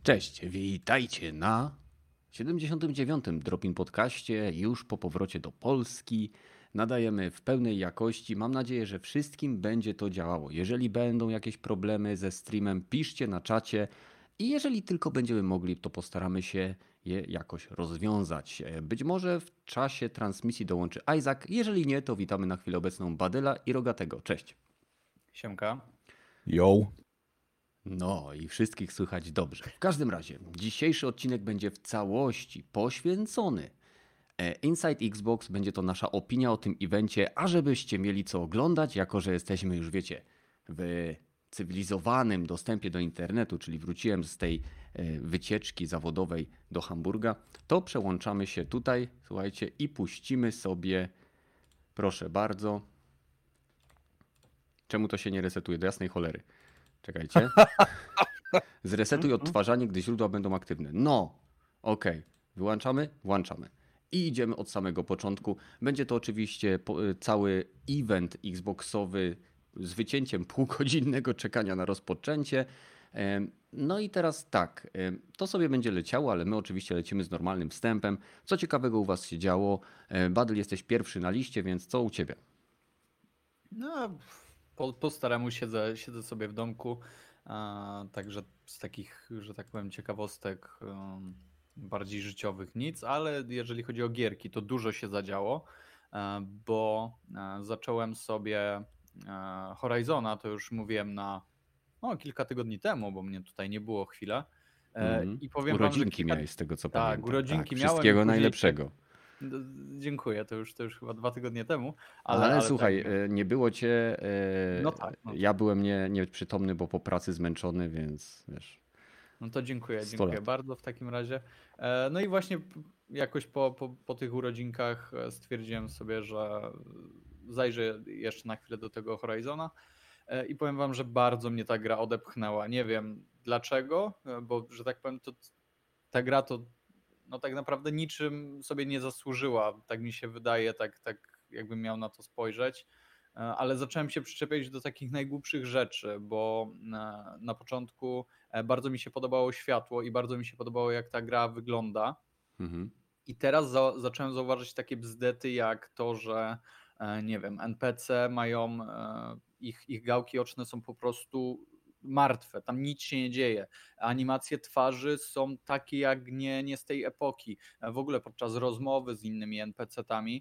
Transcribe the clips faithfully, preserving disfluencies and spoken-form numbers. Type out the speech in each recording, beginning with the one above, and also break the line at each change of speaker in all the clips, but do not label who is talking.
Cześć, witajcie na siedemdziesiątym dziewiątym Dropin Podcaście, już po powrocie do Polski. Nadajemy w pełnej jakości. Mam nadzieję, że wszystkim będzie to działało. Jeżeli będą jakieś problemy ze streamem, piszcie na czacie i jeżeli tylko będziemy mogli, to postaramy się je jakoś rozwiązać. Być może w czasie transmisji dołączy Isaac. Jeżeli nie, to witamy na chwilę obecną Badyla i Rogatego. Cześć.
Siemka.
Yo.
No i wszystkich słychać dobrze. W każdym razie, dzisiejszy odcinek będzie w całości poświęcony e, Inside Xbox. Będzie to nasza opinia o tym evencie, a żebyście mieli co oglądać, jako że jesteśmy już, wiecie, w cywilizowanym dostępie do internetu, czyli wróciłem z tej e, wycieczki zawodowej do Hamburga, to przełączamy się tutaj, słuchajcie, i puścimy sobie, proszę bardzo. Czemu to się nie resetuje? Do jasnej cholery. Czekajcie. Zresetuj odtwarzanie, gdy źródła będą aktywne. No, okej. Okay. Wyłączamy? Włączamy. I idziemy od samego początku. Będzie to oczywiście cały event Xboxowy z wycięciem półgodzinnego czekania na rozpoczęcie. No i teraz tak, to sobie będzie leciało, ale my oczywiście lecimy z normalnym wstępem. Co ciekawego u was się działo? Badyl, jesteś pierwszy na liście, więc co u ciebie?
No, po, po staremu siedzę, siedzę sobie w domku, a, także z takich, że tak powiem, ciekawostek um, bardziej życiowych nic, ale jeżeli chodzi o gierki, to dużo się zadziało, a, bo a, zacząłem sobie a, Horizona, to już mówiłem na no, kilka tygodni temu, bo mnie tutaj nie było chwilę.
Mm.
I powiem
urodzinki
wam, że kilka...
miałeś z tego co
tak,
pamiętam.
urodzinki
tak,
miałem.
Wszystkiego
później...
najlepszego.
Dziękuję, to już, to już chyba dwa tygodnie temu. Ale,
ale, ale
słuchaj,
tak, nie było cię.
No tak, no
ja byłem nie, nieprzytomny, bo po pracy zmęczony, więc wiesz.
No to dziękuję, dziękuję bardzo w takim razie. No i właśnie jakoś po, po, po tych urodzinkach stwierdziłem sobie, że zajrzę jeszcze na chwilę do tego Horizona i powiem wam, że bardzo mnie ta gra odepchnęła. Nie wiem dlaczego, bo że tak powiem, to ta gra to no tak naprawdę niczym sobie nie zasłużyła, tak mi się wydaje, tak, tak jakbym miał na to spojrzeć, ale zacząłem się przyczepiać do takich najgłupszych rzeczy, bo na, na początku bardzo mi się podobało światło i bardzo mi się podobało, jak ta gra wygląda. Mhm. I teraz za, zacząłem zauważyć takie bzdety jak to, że nie wiem, N P C mają, ich, ich gałki oczne są po prostu martwe, tam nic się nie dzieje. Animacje twarzy są takie jak nie, nie z tej epoki. W ogóle podczas rozmowy z innymi N P C-tami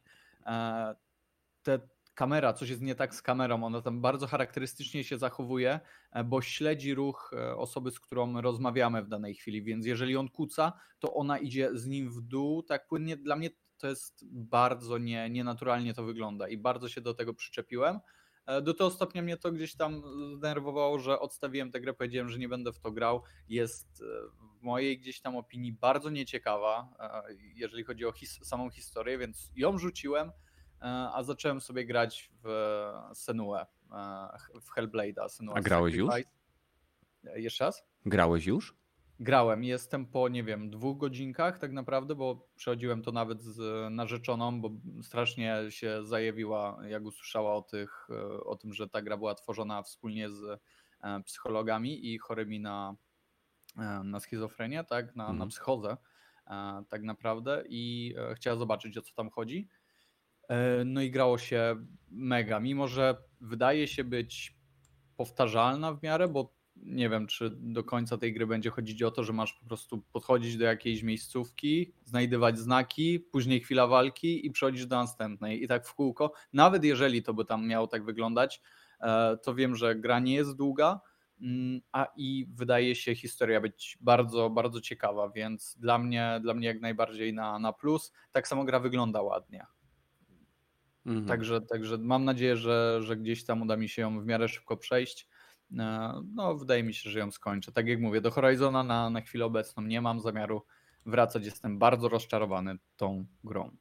te kamera, coś jest nie tak z kamerą, ona tam bardzo charakterystycznie się zachowuje, bo śledzi ruch osoby, z którą rozmawiamy w danej chwili, więc jeżeli on kuca, to ona idzie z nim w dół, tak płynnie. Dla mnie to jest bardzo nie, nienaturalnie to wygląda i bardzo się do tego przyczepiłem. Do tego stopnia mnie to gdzieś tam zdenerwowało, że odstawiłem tę grę, powiedziałem, że nie będę w to grał. Jest w mojej gdzieś tam opinii bardzo nieciekawa, jeżeli chodzi o his- samą historię, więc ją rzuciłem, a zacząłem sobie grać w Senuę, w Hellblade'a. Senua
a grałeś już?
Jeszcze raz?
Grałeś już?
Grałem, jestem po, nie wiem, dwóch godzinkach tak naprawdę, bo przechodziłem to nawet z narzeczoną, bo strasznie się zajawiła, jak usłyszała o, tych, o tym, że ta gra była tworzona wspólnie z psychologami i chorymi na, na schizofrenię, tak, na, mhm. na psychozę tak naprawdę i chciała zobaczyć, o co tam chodzi. No i grało się mega, mimo że wydaje się być powtarzalna w miarę, bo nie wiem, czy do końca tej gry będzie chodzić o to, że masz po prostu podchodzić do jakiejś miejscówki, znajdywać znaki, później chwila walki i przechodzisz do następnej i tak w kółko. Nawet jeżeli to by tam miało tak wyglądać, to wiem, że gra nie jest długa, a i wydaje się historia być bardzo, bardzo ciekawa, więc dla mnie, dla mnie jak najbardziej na, na plus. Tak samo gra wygląda ładnie. Mhm. Także, także mam nadzieję, że, że gdzieś tam uda mi się ją w miarę szybko przejść. No, wydaje mi się, że ją skończę. Tak jak mówię, do Horizona na, na chwilę obecną nie mam zamiaru wracać. Jestem bardzo rozczarowany tą grą.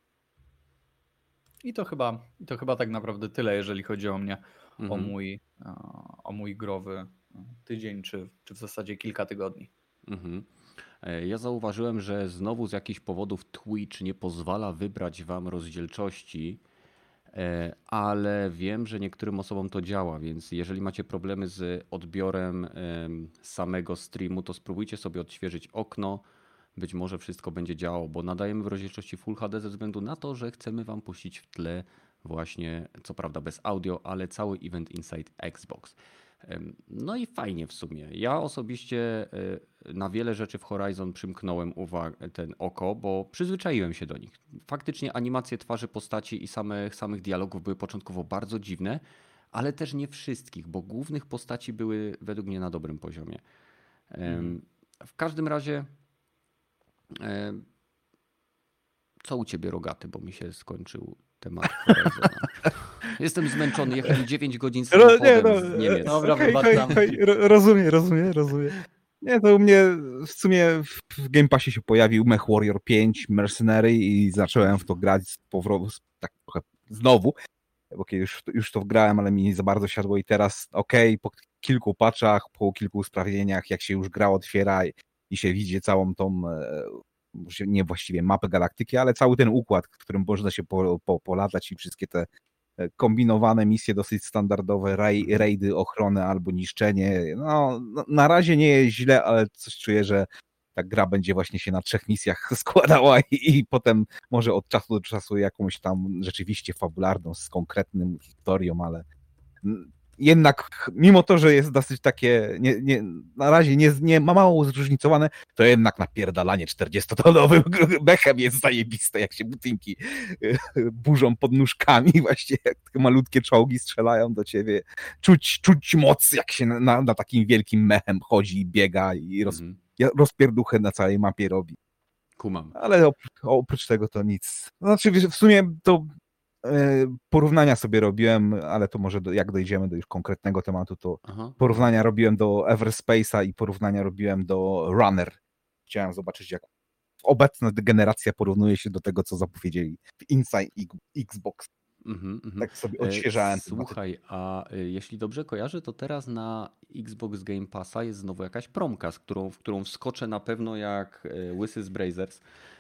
I to chyba, i to chyba tak naprawdę tyle, jeżeli chodzi o mnie, mhm. o, mój, o mój growy tydzień, czy, czy w zasadzie kilka tygodni.
Mhm. Ja zauważyłem, że znowu z jakichś powodów Twitch nie pozwala wybrać wam rozdzielczości. ale wiem, że niektórym osobom to działa, więc jeżeli macie problemy z odbiorem samego streamu, to spróbujcie sobie odświeżyć okno. Być może wszystko będzie działało, bo nadajemy w rozdzielczości Full H D ze względu na to, że chcemy wam puścić w tle właśnie, co prawda bez audio, ale cały event Inside Xbox. No i fajnie w sumie. Ja osobiście na wiele rzeczy w Horizon przymknąłem uwagę, ten oko, bo przyzwyczaiłem się do nich. Faktycznie animacje twarzy postaci i samych, samych dialogów były początkowo bardzo dziwne, ale też nie wszystkich, bo głównych postaci były według mnie na dobrym poziomie. Mhm. W każdym razie co u ciebie, Rogaty, bo mi się skończył temat Horizona. Jestem zmęczony, jechali dziewięć godzin samochodem no, z Niemiec.
Dobra, okay, okay, okay.
Rozumiem, rozumiem, rozumiem. Nie, to u mnie w sumie w Game Passie się pojawił Mech Warrior pięć Mercenary i zacząłem w to grać z powrotem, tak trochę znowu, bo już, już to grałem, ale mi nie za bardzo siadło i teraz okej, okay, po kilku patchach, po kilku usprawnieniach, jak się już gra otwiera i się widzi całą tą, nie właściwie mapę galaktyki, ale cały ten układ, w którym można się po, po, polatać i wszystkie te kombinowane misje dosyć standardowe, ray, rajdy, ochronę albo niszczenie. No, na razie nie jest źle, ale coś czuję, że ta gra będzie właśnie się na trzech misjach składała i, i potem może od czasu do czasu jakąś tam rzeczywiście fabularną z konkretnym historią, ale jednak mimo to, że jest dosyć takie nie, nie, na razie nie, nie ma mało zróżnicowane, to jednak napierdalanie czterdziestotonowym mechem jest zajebiste, jak się budynki burzą pod nóżkami, właśnie jak te malutkie czołgi strzelają do ciebie. Czuć, czuć moc, jak się na, na takim wielkim mechem chodzi i biega i roz, mm. rozpierduchę na całej mapie robi.
Kumam.
Ale oprócz, oprócz tego to nic. Znaczy w sumie to porównania sobie robiłem, ale to może do, jak dojdziemy do już konkretnego tematu, to Aha. porównania robiłem do Everspace'a i porównania robiłem do Runner. Chciałem zobaczyć, jak obecna generacja porównuje się do tego, co zapowiedzieli w Inside Xbox. Mm-hmm, mm-hmm. Tak sobie odświeżałem.
Słuchaj, a jeśli dobrze kojarzę, to teraz na Xbox Game Passa jest znowu jakaś promka, z którą, w którą wskoczę na pewno jak łysy z Brazers.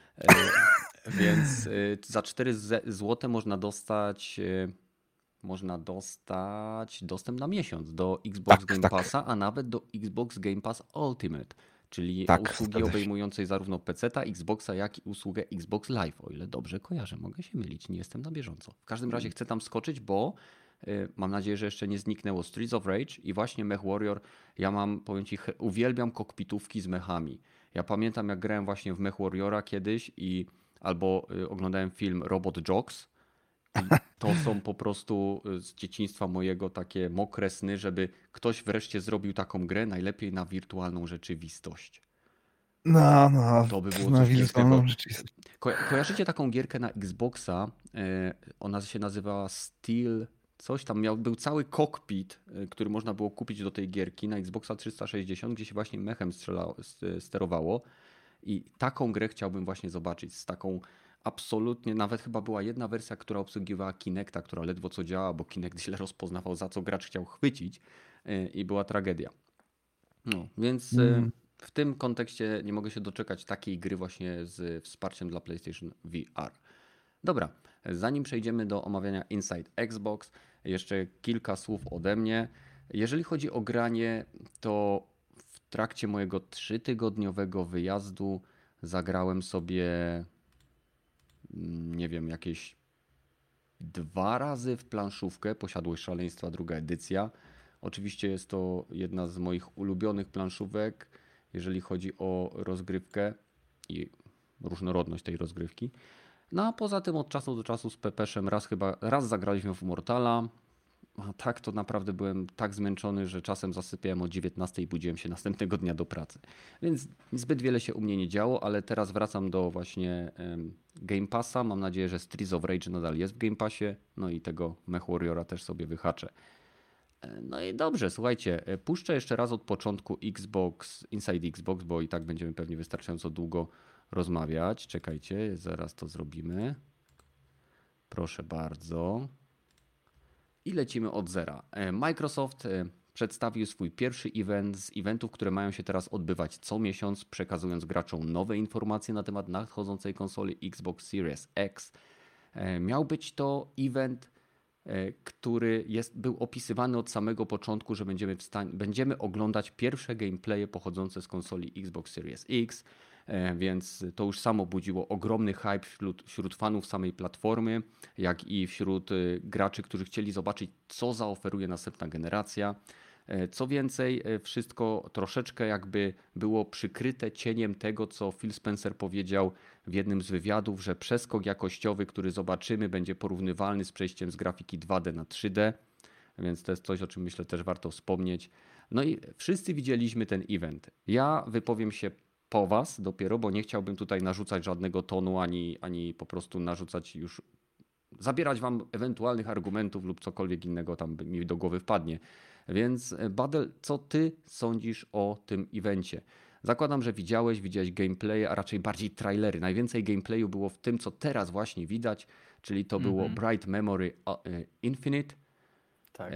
Więc za cztery złote można dostać można dostać dostęp na miesiąc do Xbox tak, Game tak. Passa, a nawet do Xbox Game Pass Ultimate, czyli tak, usługi obejmującej zarówno peceta, Xboxa, jak i usługę Xbox Live, o ile dobrze kojarzę. Mogę się mylić, nie jestem na bieżąco. W każdym razie chcę tam skoczyć, bo mam nadzieję, że jeszcze nie zniknęło Streets of Rage i właśnie Mech Warrior. Ja mam, powiem ci, uwielbiam kokpitówki z mechami. Ja pamiętam, jak grałem właśnie w Mech Warriora kiedyś i albo oglądałem film Robot Jox i to są po prostu z dzieciństwa mojego takie mokre sny, żeby ktoś wreszcie zrobił taką grę, najlepiej na wirtualną rzeczywistość.
No, no.
To by było coś wirtualną rzeczywistość. Ko- kojarzycie taką gierkę na Xboxa? Ona się nazywa Steel... Coś tam miał, był cały kokpit, który można było kupić do tej gierki na Xboxa trzysta sześćdziesiąt, gdzie się właśnie mechem strzelało, sterowało. I taką grę chciałbym właśnie zobaczyć z taką absolutnie, nawet chyba była jedna wersja, która obsługiwała Kinecta, która ledwo co działa, bo Kinect źle rozpoznawał, za co gracz chciał chwycić i była tragedia. No, więc mm. w tym kontekście nie mogę się doczekać takiej gry właśnie z wsparciem dla PlayStation V R. Dobra, zanim przejdziemy do omawiania Inside Xbox, jeszcze kilka słów ode mnie. Jeżeli chodzi o granie, to w trakcie mojego trzytygodniowego wyjazdu zagrałem sobie, nie wiem, jakieś dwa razy w planszówkę, Posiadłość Szaleństwa, druga edycja. Oczywiście jest to jedna z moich ulubionych planszówek, jeżeli chodzi o rozgrywkę i różnorodność tej rozgrywki. No a poza tym od czasu do czasu z Pepeszem raz chyba, raz zagraliśmy w Mortala. A tak to naprawdę byłem tak zmęczony, że czasem zasypiałem o dziewiętnastej i budziłem się następnego dnia do pracy. Więc zbyt wiele się u mnie nie działo, ale teraz wracam do właśnie um, Game Passa. Mam nadzieję, że Streets of Rage nadal jest w Game Passie. No i tego Mech Warriora też sobie wyhaczę. No i dobrze, słuchajcie, puszczę jeszcze raz od początku Xbox, Inside Xbox, bo i tak będziemy pewnie wystarczająco długo rozmawiać. Czekajcie, zaraz to zrobimy. Proszę bardzo. I lecimy od zera. Microsoft przedstawił swój pierwszy event z eventów, które mają się teraz odbywać co miesiąc, przekazując graczom nowe informacje na temat nadchodzącej konsoli Xbox Series X. Miał być to event który jest, był opisywany od samego początku, że będziemy, w stanie, będziemy oglądać pierwsze gameplaye pochodzące z konsoli Xbox Series X, więc to już samo budziło ogromny hype wśród, wśród fanów samej platformy, jak i wśród graczy, którzy chcieli zobaczyć, co zaoferuje następna generacja. Co więcej, wszystko troszeczkę jakby było przykryte cieniem tego, co Phil Spencer powiedział w jednym z wywiadów, że przeskok jakościowy, który zobaczymy, będzie porównywalny z przejściem z grafiki dwa D na trzy D, więc to jest coś, o czym myślę też warto wspomnieć. No i wszyscy widzieliśmy ten event. Ja wypowiem się po was dopiero, bo nie chciałbym tutaj narzucać żadnego tonu, ani, ani po prostu narzucać już, zabierać wam ewentualnych argumentów lub cokolwiek innego tam mi do głowy wpadnie. Więc Badel, co ty sądzisz o tym evencie? Zakładam, że widziałeś, widziałeś gameplay, a raczej bardziej trailery. Najwięcej gameplayu było w tym, co teraz właśnie widać, czyli to mm-hmm. było Bright Memory Infinite.
Tak.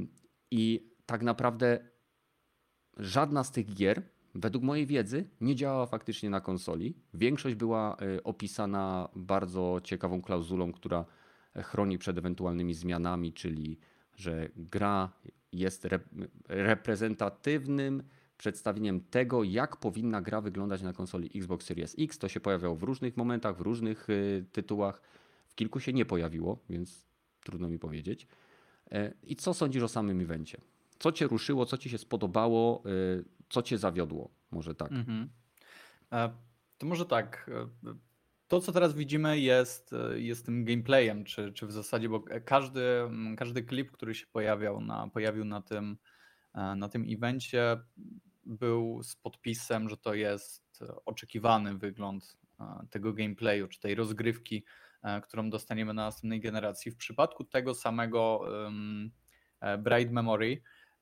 I tak naprawdę żadna z tych gier, według mojej wiedzy, nie działała faktycznie na konsoli. Większość była opisana bardzo ciekawą klauzulą, która chroni przed ewentualnymi zmianami, czyli że gra jest reprezentatywnym przedstawieniem tego, jak powinna gra wyglądać na konsoli Xbox Series X. To się pojawiało w różnych momentach, w różnych y, tytułach. W kilku się nie pojawiło, więc trudno mi powiedzieć. Y, I co sądzisz o samym evencie? Co cię ruszyło, co ci się spodobało, y, co cię zawiodło? Może tak.
Mhm. E, to może tak. To, co teraz widzimy, jest, jest tym gameplayem, czy, czy w zasadzie, bo każdy, każdy klip, który się pojawiał na, pojawił na tym, na tym evencie, był z podpisem, że to jest oczekiwany wygląd tego gameplayu, czy tej rozgrywki, którą dostaniemy na następnej generacji. W przypadku tego samego um, Bright Memory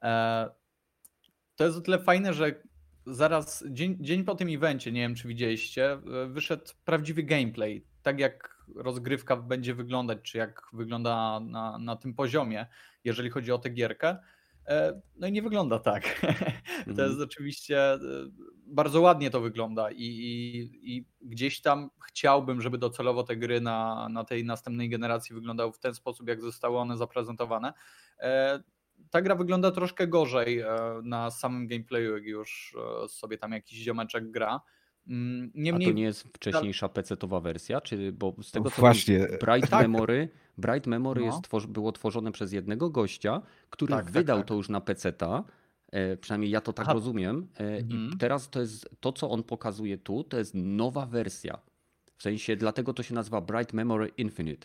to jest o tyle fajne, że zaraz, dzień, dzień po tym evencie, nie wiem czy widzieliście, wyszedł prawdziwy gameplay, tak jak rozgrywka będzie wyglądać, czy jak wygląda na, na tym poziomie, jeżeli chodzi o tę gierkę. No i nie wygląda tak. Mm-hmm. To jest oczywiście, bardzo ładnie to wygląda i, i, i gdzieś tam chciałbym, żeby docelowo te gry na, na tej następnej generacji wyglądały w ten sposób, jak zostały one zaprezentowane. Ta gra wygląda troszkę gorzej na samym gameplayu, jak już sobie tam jakiś ziomeczek gra.
Niemniej... A to nie jest wcześniejsza pecetowa wersja? Czy, bo z tego co
Właśnie.
Wiem, Bright tak. Memory, Bright Memory
no.
jest, było tworzone przez jednego gościa, który
tak,
wydał
tak, tak.
to już na peceta. E, przynajmniej ja to tak Aha. rozumiem. E, mhm. I teraz to jest to, co on pokazuje tu, to jest nowa wersja. W sensie, dlatego to się nazywa Bright Memory Infinite.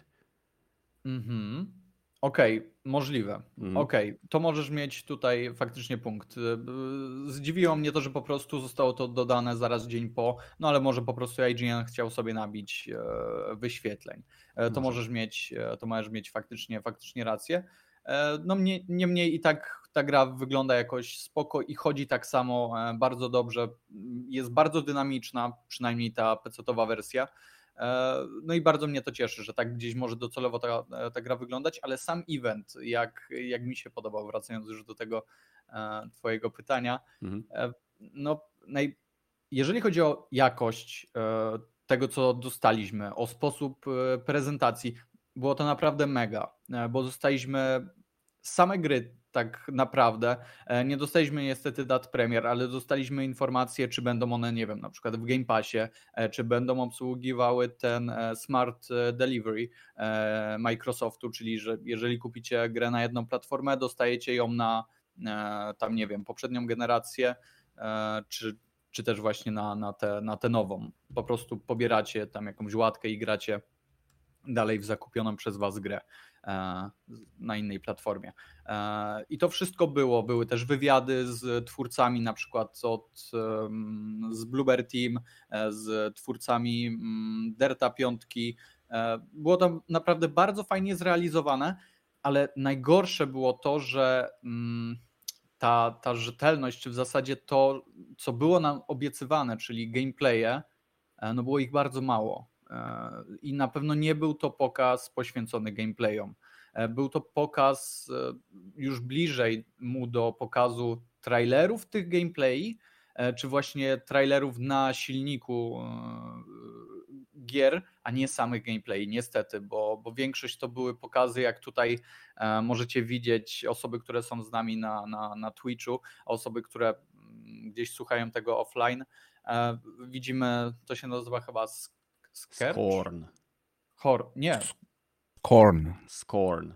Mhm. Okej, okay, możliwe. Mhm. Okej, okay, to możesz mieć tutaj faktycznie punkt. Zdziwiło mnie to, że po prostu zostało to dodane zaraz dzień po, no ale może po prostu I G N chciał sobie nabić wyświetleń. To może. możesz mieć, to możesz mieć faktycznie, faktycznie rację. No mnie, niemniej i tak ta gra wygląda jakoś spoko i chodzi tak samo bardzo dobrze. Jest bardzo dynamiczna, przynajmniej ta pecetowa wersja. No i bardzo mnie to cieszy, że tak gdzieś może docelowo ta, ta gra wyglądać, ale sam event, jak, jak mi się podobał, wracając już do tego e, twojego pytania, mhm. e, no naj, jeżeli chodzi o jakość e, tego, co dostaliśmy, o sposób e, prezentacji, było to naprawdę mega, e, bo dostaliśmy same gry tak naprawdę. Nie dostaliśmy niestety dat premier, ale dostaliśmy informacje, czy będą one, nie wiem, na przykład w Game Passie, czy będą obsługiwały ten Smart Delivery Microsoftu, czyli że jeżeli kupicie grę na jedną platformę, dostajecie ją na tam, nie wiem, poprzednią generację, czy, czy też właśnie na, na, tę, na tę nową. Po prostu pobieracie tam jakąś łatkę i gracie dalej w zakupioną przez was grę na innej platformie. I to wszystko było. Były też wywiady z twórcami, na przykład od, z Bloober Team, z twórcami Dirta piątki. Było to naprawdę bardzo fajnie zrealizowane, ale najgorsze było to, że ta, ta rzetelność, w zasadzie to, co było nam obiecywane, czyli gameplaye, no było ich bardzo mało. I na pewno nie był to pokaz poświęcony gameplayom. Był to pokaz już bliżej mu do pokazu trailerów tych gameplay, czy właśnie trailerów na silniku gier, a nie samych gameplay, niestety, bo, bo większość to były pokazy, jak tutaj e, możecie widzieć osoby, które są z nami na, na, na Twitchu, a osoby, które gdzieś słuchają tego offline. E, widzimy, to się nazywa chyba Scorn.
Scorn.
Hor, nie.
Scorn.
Scorn.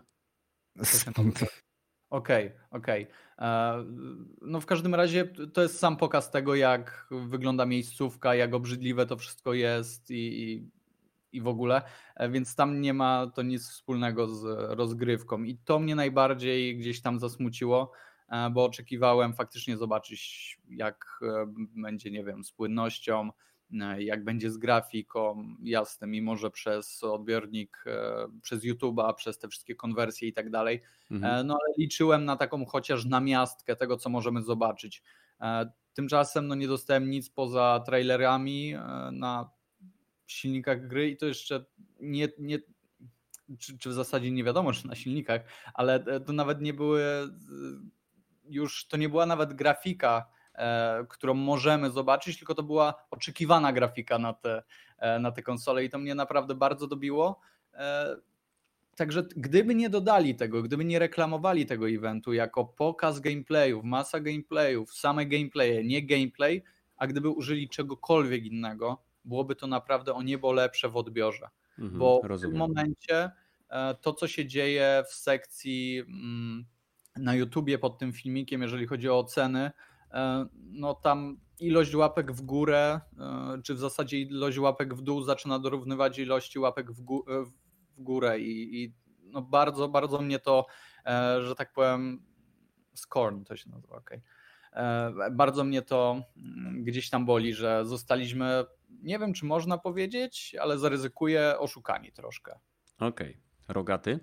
Okej, okej. No w każdym razie to jest sam pokaz tego, jak wygląda miejscówka, jak obrzydliwe to wszystko jest i, i, i w ogóle, więc tam nie ma to nic wspólnego z rozgrywką i to mnie najbardziej gdzieś tam zasmuciło, bo oczekiwałem faktycznie zobaczyć, jak będzie, nie wiem, z płynnością, jak będzie z grafiką, jasne, mimo że przez odbiornik, przez YouTube'a, przez te wszystkie konwersje i tak dalej, mhm. no ale liczyłem na taką chociaż namiastkę tego, co możemy zobaczyć. Tymczasem no nie dostałem nic poza trailerami na silnikach gry i to jeszcze nie, nie czy, czy w zasadzie nie wiadomo, czy na silnikach, ale to nawet nie były już, to nie była nawet grafika, którą możemy zobaczyć, tylko to była oczekiwana grafika na te, na te konsole i to mnie naprawdę bardzo dobiło. Także gdyby nie dodali tego, gdyby nie reklamowali tego eventu jako pokaz gameplayów, masa gameplayów, same gameplaye, nie gameplay, a gdyby użyli czegokolwiek innego, byłoby to naprawdę o niebo lepsze w odbiorze. Mhm, bo rozumiem. W tym momencie to, co się dzieje w sekcji na YouTubie pod tym filmikiem, jeżeli chodzi o oceny, no tam ilość łapek w górę, czy w zasadzie ilość łapek w dół zaczyna dorównywać ilości łapek w, gó- w górę i, i no bardzo, bardzo mnie to, że tak powiem, Scorn to się nazywa, okej. Okay. Bardzo mnie to gdzieś tam boli, że zostaliśmy, nie wiem czy można powiedzieć, ale zaryzykuję, oszukani troszkę.
Okej. Okay. Rogaty?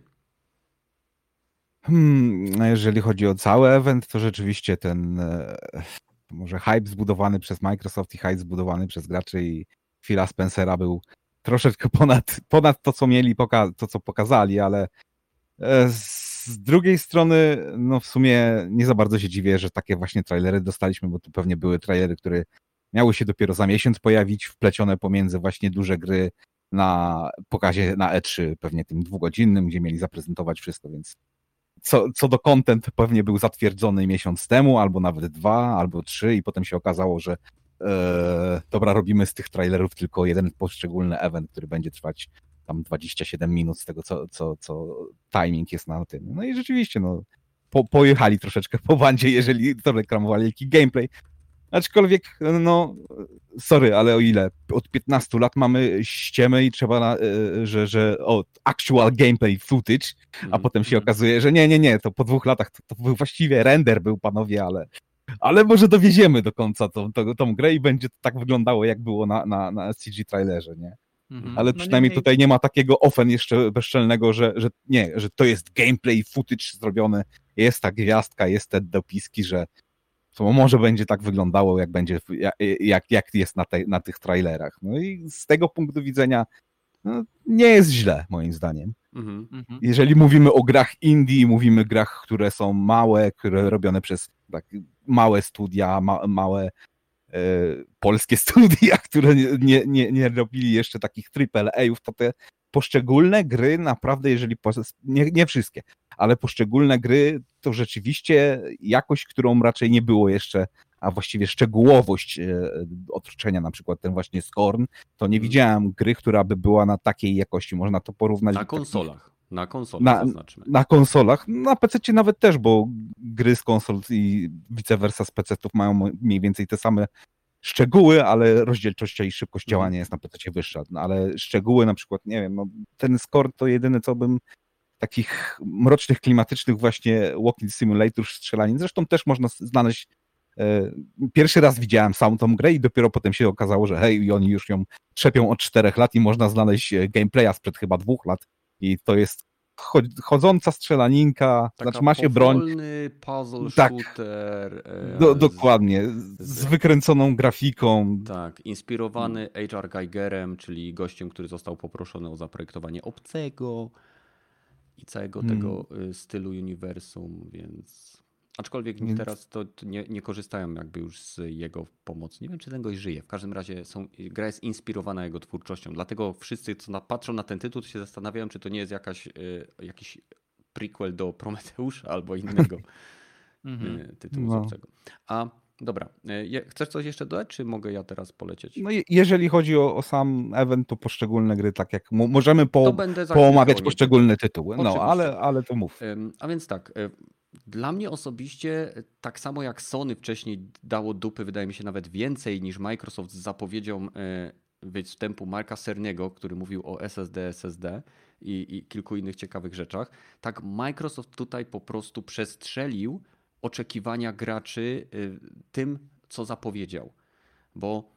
Hmm, jeżeli chodzi o cały event, to rzeczywiście ten może hype zbudowany przez Microsoft i hype zbudowany przez graczy i Phila Spencera był troszeczkę ponad, ponad to, co mieli, poka- to, co pokazali, ale z drugiej strony, no w sumie nie za bardzo się dziwię, że takie właśnie trailery dostaliśmy, bo to pewnie były trailery, które miały się dopiero za miesiąc pojawić, wplecione pomiędzy właśnie duże gry na pokazie na E trzy, pewnie tym dwugodzinnym, gdzie mieli zaprezentować wszystko, więc co, co do content pewnie był zatwierdzony miesiąc temu, albo nawet dwa, albo trzy i potem się okazało, że e, dobra, robimy z tych trailerów tylko jeden poszczególny event, który będzie trwać tam dwadzieścia siedem minut z tego, co, co, co timing jest na tym. No i rzeczywiście, no, po, pojechali troszeczkę po bandzie, jeżeli to reklamowali jakiś gameplay. Aczkolwiek, no, sorry, ale o ile od piętnastu lat mamy ściemy i trzeba, na, że, że o, actual gameplay footage, a mm, potem się mm. okazuje, że nie, nie, nie, to po dwóch latach to, to był właściwie render był, panowie, ale, ale może dowieziemy do końca tą, tą, tą grę i będzie to tak wyglądało, jak było na, na, na C G trailerze, nie? Mm-hmm. Ale no przynajmniej nie, nie. tutaj nie ma takiego ofen jeszcze bezczelnego, że, że nie, że to jest gameplay footage zrobione, jest ta gwiazdka, jest te dopiski, że to może będzie tak wyglądało, jak będzie, jak, jak jest na, te, na tych trailerach. No i z tego punktu widzenia no, nie jest źle, moim zdaniem. Mm-hmm. Jeżeli mówimy o grach indie, mówimy o grach, które są małe, które robione przez tak, małe studia, ma, małe e, polskie studia, które nie, nie, nie robili jeszcze takich triple A-ów, to te poszczególne gry naprawdę, jeżeli, nie, nie wszystkie, ale poszczególne gry to rzeczywiście jakość, którą raczej nie było jeszcze, a właściwie szczegółowość e, otoczenia, na przykład ten właśnie Scorn, to nie hmm. widziałem gry, która by była na takiej jakości, można to porównać.
Na konsolach. Takich, na konsolach
na, na konsolach, na pececie nawet też, bo gry z konsol i vice versa z pecetów mają mniej więcej te same szczegóły, ale rozdzielczość i szybkość działania mm. jest na pececie wyższa. No, ale szczegóły na przykład, nie wiem, no, ten Scorn to jedyne, co bym takich mrocznych, klimatycznych właśnie walking simulator strzelanin. Zresztą też można znaleźć e, pierwszy raz widziałem samą tą grę i dopiero potem się okazało, że hej, i oni już ją trzepią od czterech lat i można znaleźć gameplaya sprzed chyba dwóch lat i to jest chodząca strzelaninka,
taka
znaczy ma się broń.
Puzzle
tak,
shooter. E,
do, dokładnie, z, z wykręconą grafiką.
Tak, inspirowany H R Geigerem, czyli gościem, który został poproszony o zaprojektowanie Obcego i całego hmm. tego stylu uniwersum, więc... Aczkolwiek
Więc-
teraz to to nie, nie korzystają jakby już z jego pomocy. Nie wiem, czy ten gość żyje. W każdym razie są, gra jest inspirowana jego twórczością. Dlatego wszyscy, co na, patrzą na ten tytuł, to się zastanawiają, czy to nie jest jakaś, y, jakiś prequel do Prometeusza albo innego
Mhm.
y, tytułu
No.
z obcego. A dobra, y, je- chcesz coś jeszcze dodać, czy mogę ja teraz polecieć?
No je- jeżeli chodzi o, o sam event, to poszczególne gry, tak jak mo- możemy
To
po,
będę za chwilkę
poomawiać
o niej
poszczególne tytuły. No,
Oczywiście.
ale, ale to mów.
Ym, A więc tak, y, dla mnie osobiście, y, tak samo jak Sony wcześniej dało dupy, wydaje mi się nawet więcej niż Microsoft z zapowiedzią y, wstępu Marka Cerniego, który mówił o S S D, S S D i, i kilku innych ciekawych rzeczach, tak Microsoft tutaj po prostu przestrzelił oczekiwania graczy y, tym, co zapowiedział. Bo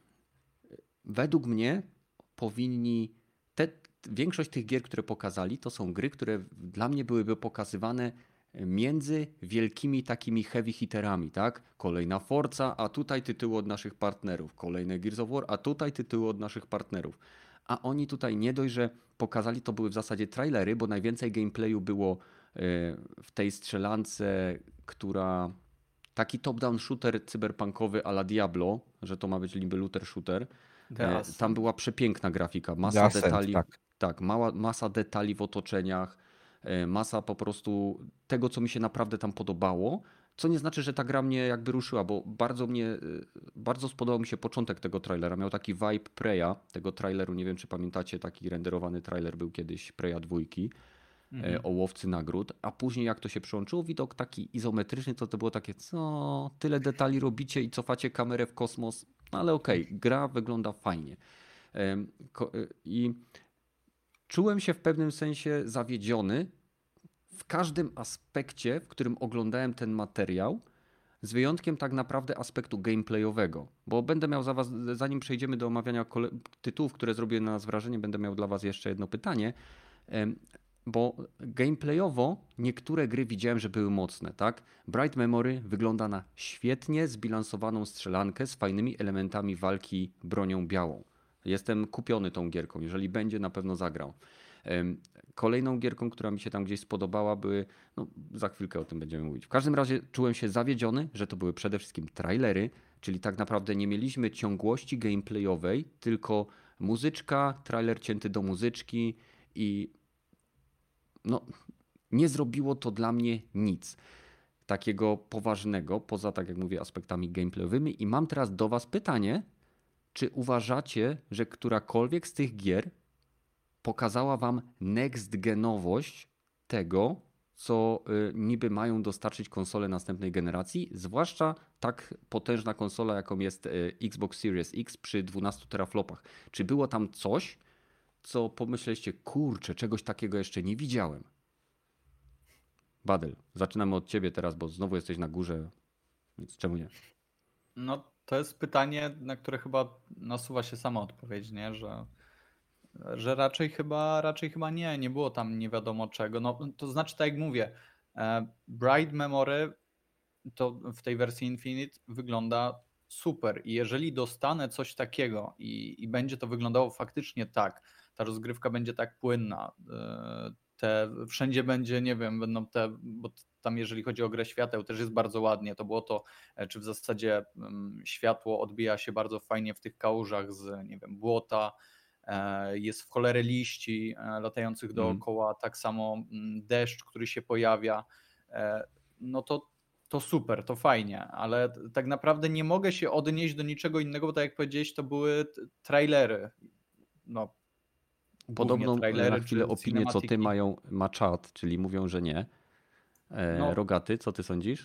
według mnie powinni. Te, większość tych gier, które pokazali, to są gry, które dla mnie byłyby pokazywane między wielkimi takimi heavy hitterami, tak? Kolejna Forza, a tutaj tytuły od naszych partnerów. Kolejne Gears of War, a tutaj tytuły od naszych partnerów. A oni tutaj nie dość, że pokazali, to były w zasadzie trailery, bo najwięcej gameplayu było e, w tej strzelance, która taki top-down shooter cyberpunkowy a la Diablo, że to ma być niby looter shooter.
The
E,
Ascent.
Tam była przepiękna grafika,
The
masa
Ascent,
detali,
tak.
tak, mała, masa detali w otoczeniach, e, masa po prostu tego, co mi się naprawdę tam podobało, co nie znaczy, że ta gra mnie jakby ruszyła, bo bardzo mnie, e, bardzo spodobał mi się początek tego trailera. Miał taki vibe Preya, tego traileru, nie wiem czy pamiętacie, taki renderowany trailer był kiedyś Preya dwójki.
Mhm.
e, o łowcy nagród, a później jak to się przełączyło, widok taki izometryczny, to to było takie, co, tyle detali robicie i cofacie kamerę w kosmos, no ale okej, gra wygląda fajnie. Em, ko- y, I czułem się w pewnym sensie zawiedziony w każdym aspekcie, w którym oglądałem ten materiał, z wyjątkiem tak naprawdę aspektu gameplayowego, bo będę miał za was, zanim przejdziemy do omawiania kole- tytułów, które zrobiły na nas wrażenie, będę miał dla was jeszcze jedno pytanie, em, bo gameplayowo niektóre gry widziałem, że były mocne, tak? Bright Memory wygląda na świetnie zbilansowaną strzelankę z fajnymi elementami walki bronią białą. Jestem kupiony tą gierką, jeżeli będzie, na pewno zagrał. Em, Kolejną gierką, która mi się tam gdzieś spodobała, były, no za chwilkę o tym będziemy mówić. W każdym razie czułem się zawiedziony, że to były przede wszystkim trailery, czyli tak naprawdę nie mieliśmy ciągłości gameplayowej, tylko muzyczka, trailer cięty do muzyczki i no, nie zrobiło to dla mnie nic takiego poważnego, poza, tak jak mówię, aspektami gameplayowymi. I mam teraz do was pytanie, czy uważacie, że którakolwiek z tych gier pokazała wam next-genowość tego, co y, niby mają dostarczyć konsole następnej generacji, zwłaszcza tak potężna konsola, jaką jest y, Xbox Series X przy dwunastu teraflopach. Czy było tam coś, co pomyśleliście, kurczę, czegoś takiego jeszcze nie widziałem? Badel, zaczynamy od ciebie teraz, bo znowu jesteś na górze, więc czemu nie?
No to jest pytanie, na które chyba nasuwa się sama odpowiedź, nie? Że, że raczej chyba raczej chyba nie, nie było tam nie wiadomo czego. No to znaczy, tak jak mówię, e, Bright Memory to w tej wersji Infinite wygląda super i jeżeli dostanę coś takiego i, i będzie to wyglądało faktycznie tak, ta rozgrywka będzie tak płynna, e, te, wszędzie będzie, nie wiem, będą te, bo tam jeżeli chodzi o grę świateł też jest bardzo ładnie, to było to, e, czy w zasadzie mm, światło odbija się bardzo fajnie w tych kałużach z, nie wiem, błota, e, jest w cholerę liści e, latających dookoła, tak samo mm, deszcz, który się pojawia, e, no to to super, to fajnie, ale t- tak naprawdę nie mogę się odnieść do niczego innego, bo tak jak powiedziałeś, to były t- trailery. No, głównie
Podobną
trailery
na chwilę
czy
opinię, co ty
cinematiki.
mają, ma czat, czyli mówią, że nie. E,
No.
Rogaty, co ty sądzisz?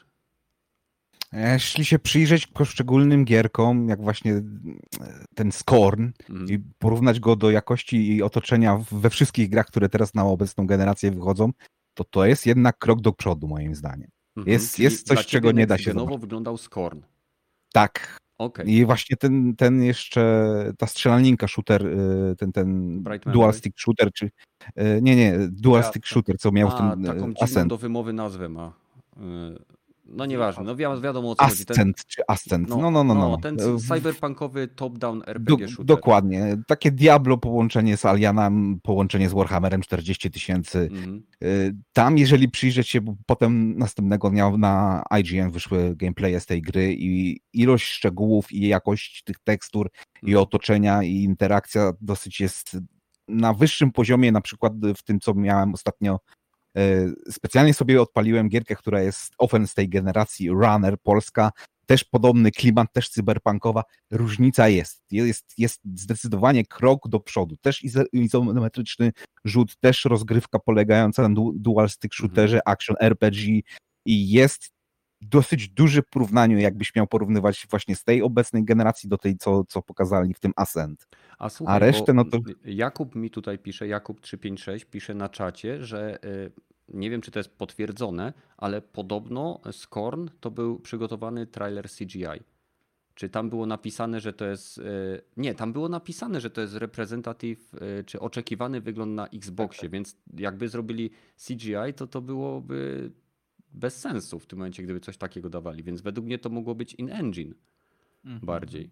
Jeśli się przyjrzeć poszczególnym gierkom, jak właśnie e, ten Scorn
Mhm.
i porównać go do jakości i otoczenia w- we wszystkich grach, które teraz na obecną generację wychodzą, to to jest jednak krok do przodu moim zdaniem.
Mhm.
Jest,
Czyli
jest coś,
dla
czego
ciebie
nie da się
next-genowo
zobaczyć.
wyglądał Scorn.
Tak.
Okej.
I właśnie ten, ten jeszcze, ta strzelaninka shooter, y, ten, ten
Bright
dual
Memory?
stick shooter, czy y, nie, nie, dual
Jasne.
stick shooter, co miał w
A,
tym
taką
y,
dziwną
Ascent.
do wymowy nazwę ma. Y, No nieważne, no wi- wiadomo o co chodzi. Ten,
Ascent czy Ascent. No, no, no. no, no.
ten cyberpunkowy top-down R P
Do,
G shooter.
Dokładnie. Takie Diablo połączenie z Alianem, połączenie z Warhammerem czterdzieści tysięcy. Mhm. Tam, jeżeli przyjrzeć się, bo potem następnego dnia na I G N wyszły gameplaye z tej gry i ilość szczegółów i jakość tych tekstur mhm. i otoczenia i interakcja dosyć jest na wyższym poziomie, na przykład w tym, co miałem ostatnio. Specjalnie sobie odpaliłem gierkę, która jest ofen z tej generacji, Runner, polska, też podobny klimat, też cyberpunkowa. Różnica jest. Jest, jest zdecydowanie krok do przodu. Też izometryczny rzut, też rozgrywka polegająca na dual stick shooterze, action R P G i jest dosyć duży w porównaniu, jakbyś miał porównywać właśnie z tej obecnej generacji do tej, co, co pokazali w tym Ascent.
A, słuchaj,
A resztę, no to...
Jakub mi tutaj pisze, Jakub trzysta pięćdziesiąt sześć pisze na czacie, że y, nie wiem, czy to jest potwierdzone, ale podobno Scorn to był przygotowany trailer C G I. Czy tam było napisane, że to jest... Y, nie, tam było napisane, że to jest representative, y, czy oczekiwany wygląd na Xboxie, więc jakby zrobili C G I, to to byłoby bez sensu w tym momencie, gdyby coś takiego dawali, więc według mnie to mogło być in-engine mhm. bardziej.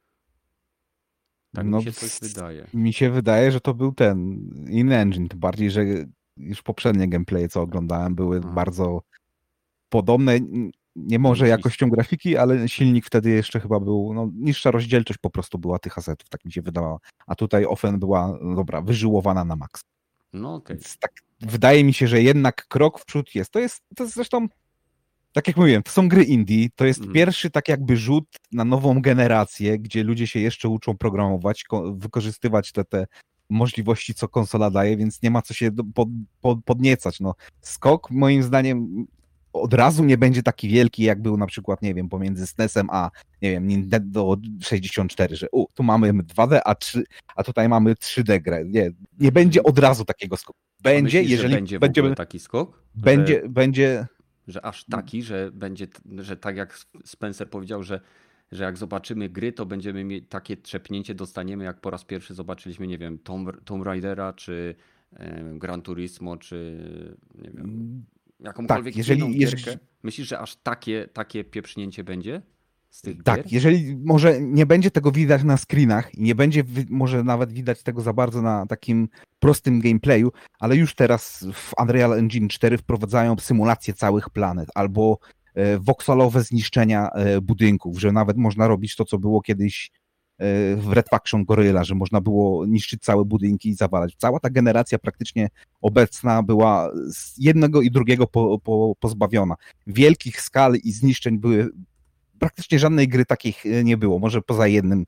Tak no, mi się coś wydaje.
Mi się wydaje, że to był ten in-engine, tym bardziej, że już poprzednie gameplaye, co oglądałem, były Aha. bardzo podobne. Nie może jakością grafiki, ale silnik wtedy jeszcze chyba był, no niższa rozdzielczość po prostu była tych asetów, tak mi się wydawało. A tutaj ofen była, no dobra, wyżyłowana na maks.
No okej. Okay.
Tak, wydaje mi się, że jednak krok w przód jest. To jest, to jest zresztą, tak jak mówiłem, to są gry indie, to jest mm. pierwszy tak jakby rzut na nową generację, gdzie ludzie się jeszcze uczą programować, ko- wykorzystywać te, te możliwości, co konsola daje, więc nie ma co się pod, pod, podniecać. No, skok moim zdaniem od razu nie będzie taki wielki, jak był na przykład, nie wiem, pomiędzy S N E S-em a, nie wiem, Nintendo sześćdziesiąt cztery, że u, tu mamy dwa D, a, trzy, a tutaj mamy trzy D grę. Nie, nie będzie od razu takiego skoku. Będzie,
myślisz,
jeżeli
będzie w
będziemy,
ogóle taki skok?
Będzie,
że,
będzie...
Że aż taki, że będzie, że tak jak Spencer powiedział, że, że jak zobaczymy gry, to będziemy mieć takie trzepnięcie, dostaniemy, jak po raz pierwszy zobaczyliśmy, nie wiem, Tomb, Tomb Raidera, czy e, Gran Turismo, czy nie wiem, jakąkolwiek
tak, jeżeli,
inną gierkę.
Jeżeli...
Myślisz, że aż takie, takie pieprznięcie będzie z tych
tak,
gier?
jeżeli może nie będzie tego widać na screenach i nie będzie może nawet widać tego za bardzo na takim prostym gameplayu, ale już teraz w Unreal Engine cztery wprowadzają symulację całych planet albo e, voxelowe zniszczenia e, budynków, że nawet można robić to, co było kiedyś e, w Red Faction Gorilla, że można było niszczyć całe budynki i zawalać. Cała ta generacja praktycznie obecna była z jednego i drugiego po, po, pozbawiona. Wielkich skal i zniszczeń były praktycznie żadnej gry takich nie było, może poza jednym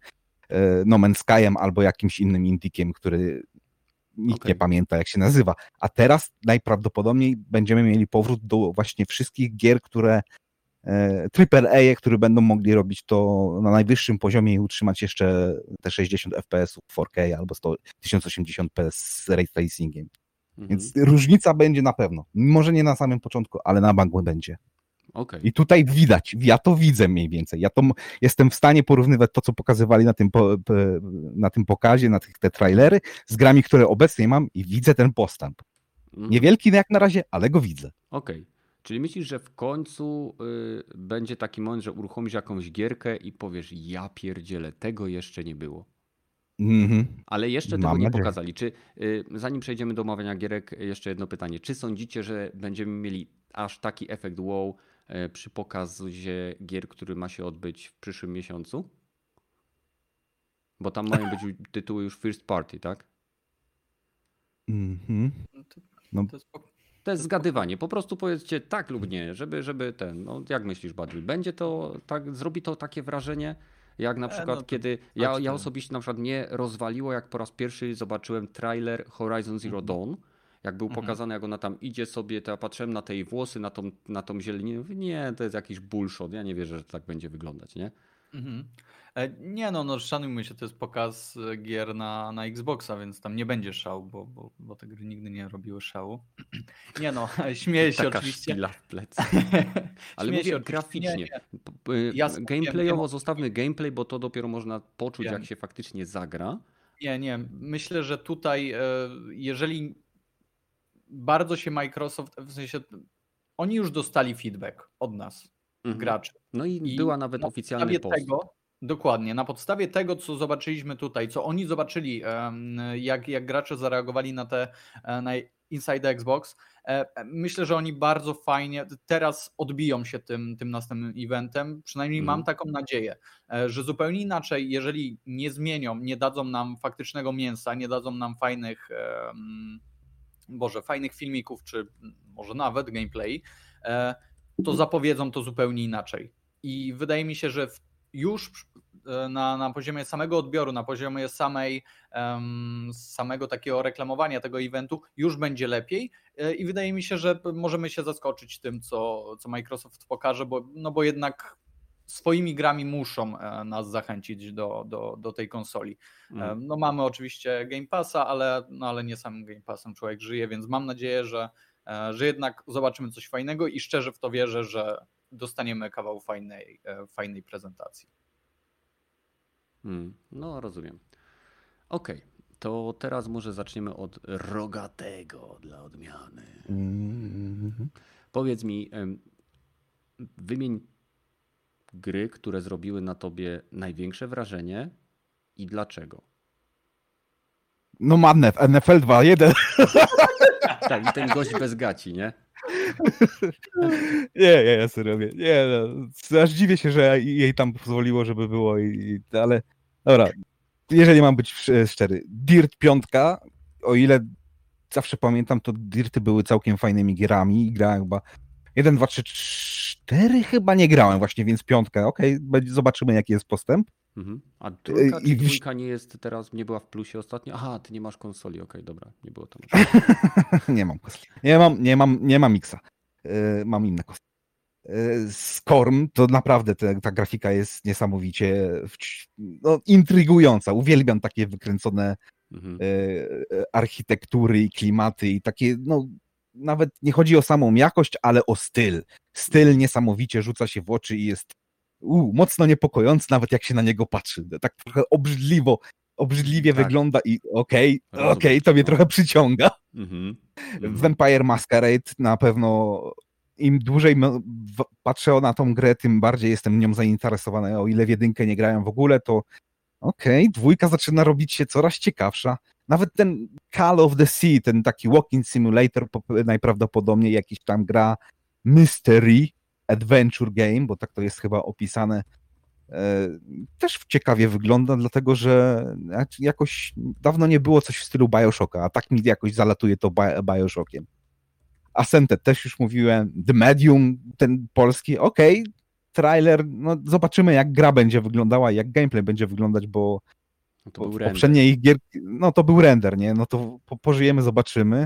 No Man's Skyem albo jakimś innym indikiem, który nikt okay. nie pamięta, jak się nazywa. A teraz najprawdopodobniej będziemy mieli powrót do właśnie wszystkich gier, które triple A, które będą mogli robić to na najwyższym poziomie i utrzymać jeszcze te sześćdziesiąt F P S-ów cztery K albo tysiąc osiemdziesiąt p z ray tracingiem. Mhm. Więc różnica będzie na pewno. Może nie na samym początku, ale na bank będzie.
Okay.
I tutaj widać, ja to widzę mniej więcej. Ja to jestem w stanie porównywać to, co pokazywali na tym, po, na tym pokazie, na tych te trailery, z grami, które obecnie mam i widzę ten postęp. Mm. Niewielki jak na razie, ale go widzę.
Okej. Okay. Czyli myślisz, że w końcu y, będzie taki moment, że uruchomisz jakąś gierkę i powiesz, ja pierdzielę, tego jeszcze nie było.
Mm-hmm.
Ale jeszcze tego
mam
nie
nadzieję.
pokazali. Czy, y, zanim przejdziemy do omawiania gierek, jeszcze jedno pytanie. Czy sądzicie, że będziemy mieli aż taki efekt wow przy pokazie gier, który ma się odbyć w przyszłym miesiącu? Bo tam mają być tytuły już first party, tak?
Mhm.
No. To, jest, to jest zgadywanie. Po prostu powiedzcie tak lub nie, żeby, żeby ten, no jak myślisz, Badry? Będzie to, tak, zrobi to takie wrażenie, jak na przykład no kiedy, ja, ja osobiście na przykład mnie rozwaliło, jak po raz pierwszy zobaczyłem trailer Horizon Zero Dawn. Jak był mhm. pokazany, jak ona tam idzie sobie, to ja patrzyłem na te jej włosy, na tą, na tą zielenię. Mówię, nie, to jest jakiś bullshit. Ja nie wierzę, że tak będzie wyglądać, nie?
Mhm. Nie no, no szanujmy się, to jest pokaz gier na, na Xboxa, więc tam nie będzie szału, bo, bo, bo te gry nigdy nie robiły szału. Nie no, śmieję się
Taka
oczywiście.
Taka w plecy. Ale mówię graficznie. Nie, nie. Ja Gameplayowo wiem, zostawmy gameplay, bo to dopiero można poczuć, wiem. jak się faktycznie zagra.
Nie, nie. Myślę, że tutaj jeżeli bardzo się Microsoft, w sensie oni już dostali feedback od nas mhm. graczy.
No i, I była nawet oficjalny post.
Tego, dokładnie, na podstawie tego, co zobaczyliśmy tutaj, co oni zobaczyli, jak, jak gracze zareagowali na te na Inside Xbox, myślę, że oni bardzo fajnie teraz odbiją się tym, tym następnym eventem, przynajmniej mm. mam taką nadzieję, że zupełnie inaczej, jeżeli nie zmienią, nie dadzą nam faktycznego mięsa, nie dadzą nam fajnych, Boże, fajnych filmików, czy może nawet gameplay, to zapowiedzą to zupełnie inaczej. I wydaje mi się, że już na, na poziomie samego odbioru, na poziomie samej, um, samego takiego reklamowania tego eventu już będzie lepiej i wydaje mi się, że możemy się zaskoczyć tym, co, co Microsoft pokaże, bo, no bo jednak swoimi grami muszą nas zachęcić do, do, do tej konsoli. Mm. No mamy oczywiście Game Passa, ale, no ale nie samym Game Passem człowiek żyje, więc mam nadzieję, że, że jednak zobaczymy coś fajnego i szczerze w to wierzę, że dostaniemy kawał fajnej, fajnej prezentacji.
Hmm, no rozumiem. Okej, okay, to teraz może zaczniemy od rogatego dla odmiany. Mm-hmm. Powiedz mi, wymień gry, które zrobiły na tobie największe wrażenie i dlaczego?
No Madness, N F L dwa jeden.
Tak, i ten gość bez gaci, nie?
Nie, nie, ja sobie robię. Nie, no, aż dziwię się, że jej tam pozwoliło, żeby było, i, i, ale dobra, jeżeli mam być szczery, Dirt piątka, o ile zawsze pamiętam, to Dirty były całkiem fajnymi gierami i grałem chyba jeden, dwa, trzy, cztery chyba nie grałem właśnie, więc piątka, okej, okay, zobaczymy jaki jest postęp.
Mhm. A trójka czy dwójka nie jest teraz, nie była w plusie ostatnio? Aha, ty nie masz konsoli, okej, okay, dobra, nie było to.
Nie mam konsoli, nie mam, nie mam, nie mam Xa, yy, mam inne konsole. Yy, Scorn to naprawdę te, ta grafika jest niesamowicie no, intrygująca, uwielbiam takie wykręcone mhm. yy, architektury i klimaty i takie, no nawet nie chodzi o samą jakość, ale o styl. Styl niesamowicie rzuca się w oczy i jest u, mocno niepokojący, nawet jak się na niego patrzy. Tak trochę obrzydliwo, obrzydliwie tak. wygląda i okej, okay, okej, okay, to mnie no. trochę przyciąga. Mm-hmm. Mm-hmm. Vampire Masquerade na pewno im dłużej patrzę na tą grę, tym bardziej jestem nią zainteresowany. O ile w jedynkę nie grałem w ogóle, to okej, okay, dwójka zaczyna robić się coraz ciekawsza. Nawet ten Call of the Sea, ten taki walking simulator, najprawdopodobniej jakiś tam gra mystery, adventure game, bo tak to jest chyba opisane, też ciekawie wygląda, dlatego że jakoś dawno nie było coś w stylu Bioshocka, a tak mi jakoś zalatuje to Bioshockiem. Ascended też już mówiłem, The Medium, ten polski, okej, okay, trailer, no zobaczymy jak gra będzie wyglądała i jak gameplay będzie wyglądać, bo
no to
w poprzedniej gier, no to był render, nie? No to po, pożyjemy, zobaczymy.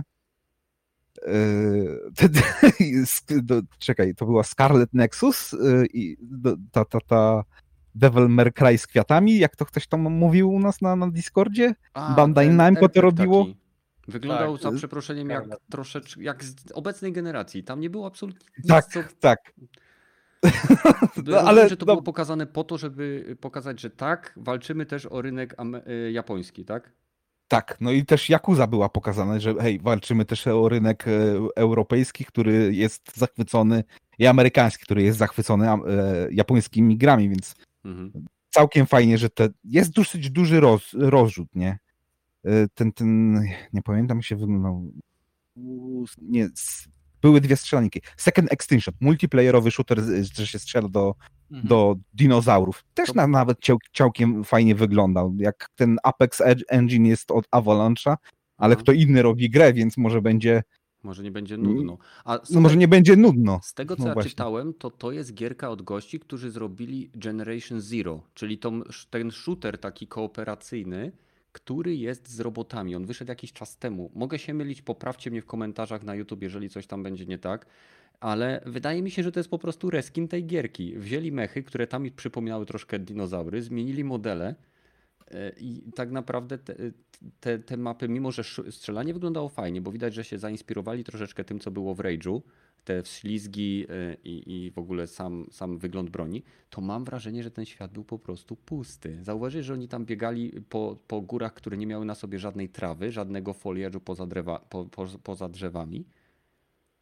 Yy, do, czekaj, to była Scarlet Nexus yy, i do, ta, ta, ta Devil May Cry z kwiatami, jak to ktoś tam mówił u nas na, na Discordzie? A, Bandai Namco to robiło. Taki.
Wyglądał tak, za przeproszeniem jak troszeczkę jak z obecnej generacji. Tam nie było absolutnie nic,
tak,
co...
tak.
No, ale że to no... było pokazane po to, żeby pokazać, że tak, walczymy też o rynek japoński, tak?
Tak, no i też Yakuza była pokazana, że hej, walczymy też o rynek europejski, który jest zachwycony, i amerykański, który jest zachwycony e, japońskimi grami, więc mhm. całkiem fajnie, że te, jest dosyć duży roz, rozrzut, nie? Ten, ten, nie pamiętam, jak się wyglądał, nie, były dwie strzelaniki. Second Extinction, multiplayerowy shooter, że się strzela do, mhm. do dinozaurów. Też to... na, nawet ciał, całkiem fajnie wyglądał. Jak ten Apex Engine jest od Avalanche'a, ale mhm. kto inny robi grę, więc może będzie...
Może nie będzie nudno. A
no może nie będzie nudno.
Z tego, co no ja właśnie. czytałem, to to jest gierka od gości, którzy zrobili Generation Zero, czyli to, ten shooter taki kooperacyjny, który jest z robotami. On wyszedł jakiś czas temu. Mogę się mylić, poprawcie mnie w komentarzach na YouTube, jeżeli coś tam będzie nie tak, ale wydaje mi się, że to jest po prostu reskin tej gierki. Wzięli mechy, które tam przypominały troszkę dinozaury, zmienili modele i tak naprawdę te, te, te mapy, mimo że strzelanie wyglądało fajnie, bo widać, że się zainspirowali troszeczkę tym, co było w Rage'u, te wślizgi i, i w ogóle sam, sam wygląd broni, to mam wrażenie, że ten świat był po prostu pusty. Zauważysz, że oni tam biegali po, po górach, które nie miały na sobie żadnej trawy, żadnego foliażu poza, drewa, po, po, poza drzewami.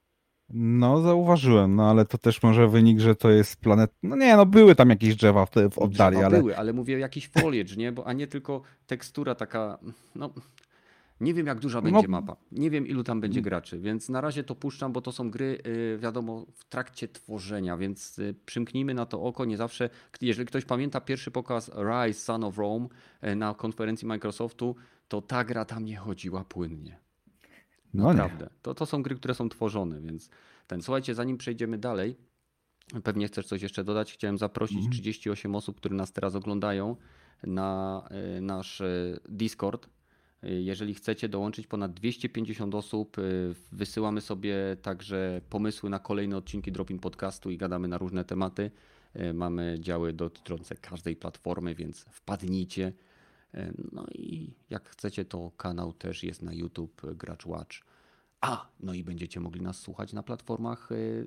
No, zauważyłem, no ale to też może wynik, że to jest planet. No nie, no były tam jakieś drzewa w, w oddali,
Drzewa
ale.
były, ale mówię jakiś foliage, nie? Bo, a nie tylko tekstura taka, no nie wiem jak duża
No,
będzie mapa, nie wiem ilu tam będzie graczy, więc na razie to puszczam, bo to są gry, yy, wiadomo, w trakcie tworzenia, więc yy, przymknijmy na to oko, nie zawsze, jeżeli ktoś pamięta pierwszy pokaz Rise Son of Rome yy, na konferencji Microsoftu, to ta gra tam nie chodziła płynnie.
no nie.
Naprawdę. To, to są gry, które są tworzone, więc ten. Słuchajcie, zanim przejdziemy dalej, pewnie chcesz coś jeszcze dodać. Chciałem zaprosić
Mhm.
trzydzieści osiem osób, które nas teraz oglądają na y, nasz y, Discord. Y, Jeżeli chcecie dołączyć ponad dwieście pięćdziesiąt osób, y, wysyłamy sobie także pomysły na kolejne odcinki Drop-in Podcastu i gadamy na różne tematy. Y, Mamy działy dotyczące każdej platformy, więc wpadnijcie. Y, No i jak chcecie, to kanał też jest na YouTube y, Gracz Watch. A, no i będziecie mogli nas słuchać na platformach y,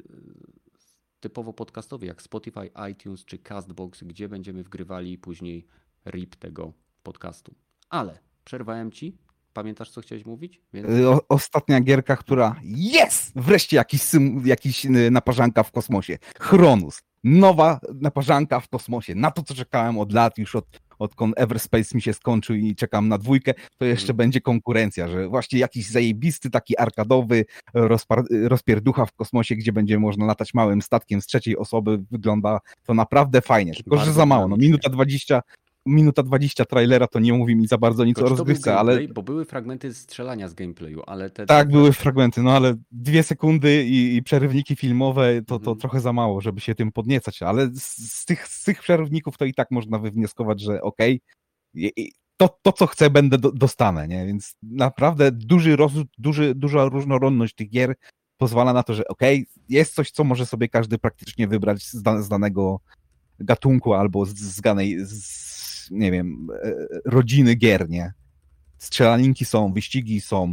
typowo podcastowych, jak Spotify, iTunes czy Castbox, gdzie będziemy wgrywali później rip tego podcastu. Ale przerwałem ci. Pamiętasz, co chciałeś mówić? Więc...
Y, O, ostatnia gierka, która jest! Wreszcie jakiś, sym, jakiś y, naparzanka w kosmosie. Chronus. Nowa naparzanka w kosmosie. Na to, co czekałem od lat, już od, odkąd Everspace mi się skończył i czekam na dwójkę, to jeszcze
Mhm.
będzie konkurencja, że właśnie jakiś zajebisty, taki arkadowy rozpar, rozpierducha w kosmosie, gdzie będzie można latać małym statkiem z trzeciej osoby. Wygląda to naprawdę fajnie, tylko że
Bardzo
za mało. No,
dynamicznie.
minuta dwadzieścia Minuta dwadzieścia trailera to nie mówi mi za bardzo nic
Tylko
o
czy to był
rozgrywce, ale
gameplay? Bo były fragmenty strzelania z gameplayu, ale te...
tak,
te...
były fragmenty, no ale dwie sekundy i, i przerywniki filmowe to, to
Mhm.
trochę za mało, żeby się tym podniecać, ale z, z, tych, z tych przerywników to i tak można wywnioskować, że okej, i- to, to co chcę będę do, dostanę, nie? Więc naprawdę duży roz, duży, duża różnorodność tych gier pozwala na to, że okej, jest coś, co może sobie każdy praktycznie wybrać z, da, z danego gatunku albo z, z danej, z, nie wiem, e, rodziny gier, nie? Strzelaninki są, wyścigi są,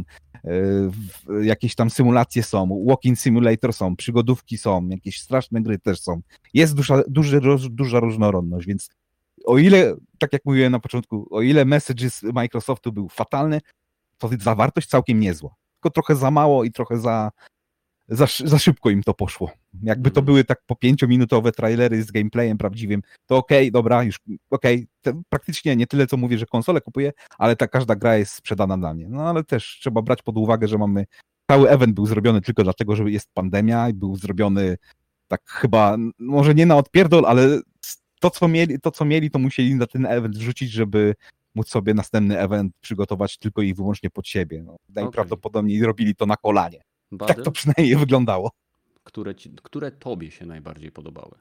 yy, jakieś tam symulacje są, walking simulator są, przygodówki są, jakieś straszne gry też są. Jest duża, duży, roz, duża różnorodność, więc o ile, tak jak mówiłem na początku, o ile message z Microsoftu był fatalny, to zawartość całkiem niezła. Tylko trochę za mało i trochę za, za, za szybko im to poszło. Jakby to
Mhm.
były tak po pięciominutowe trailery z gameplayem prawdziwym, to okej, okay, dobra, już okej, okay. Praktycznie nie tyle, co mówię, że konsolę kupuję, ale ta każda gra jest sprzedana dla mnie. No ale też trzeba brać pod uwagę, że mamy, cały event był zrobiony tylko dlatego, że jest pandemia i był zrobiony tak chyba, może nie na odpierdol, ale to, co mieli, to, co mieli, to musieli na ten event wrzucić, żeby móc sobie następny event przygotować tylko i wyłącznie pod siebie. No, najprawdopodobniej okay. robili to na kolanie.
Badyl?
Tak to przynajmniej wyglądało.
Które, ci, które tobie się najbardziej podobały?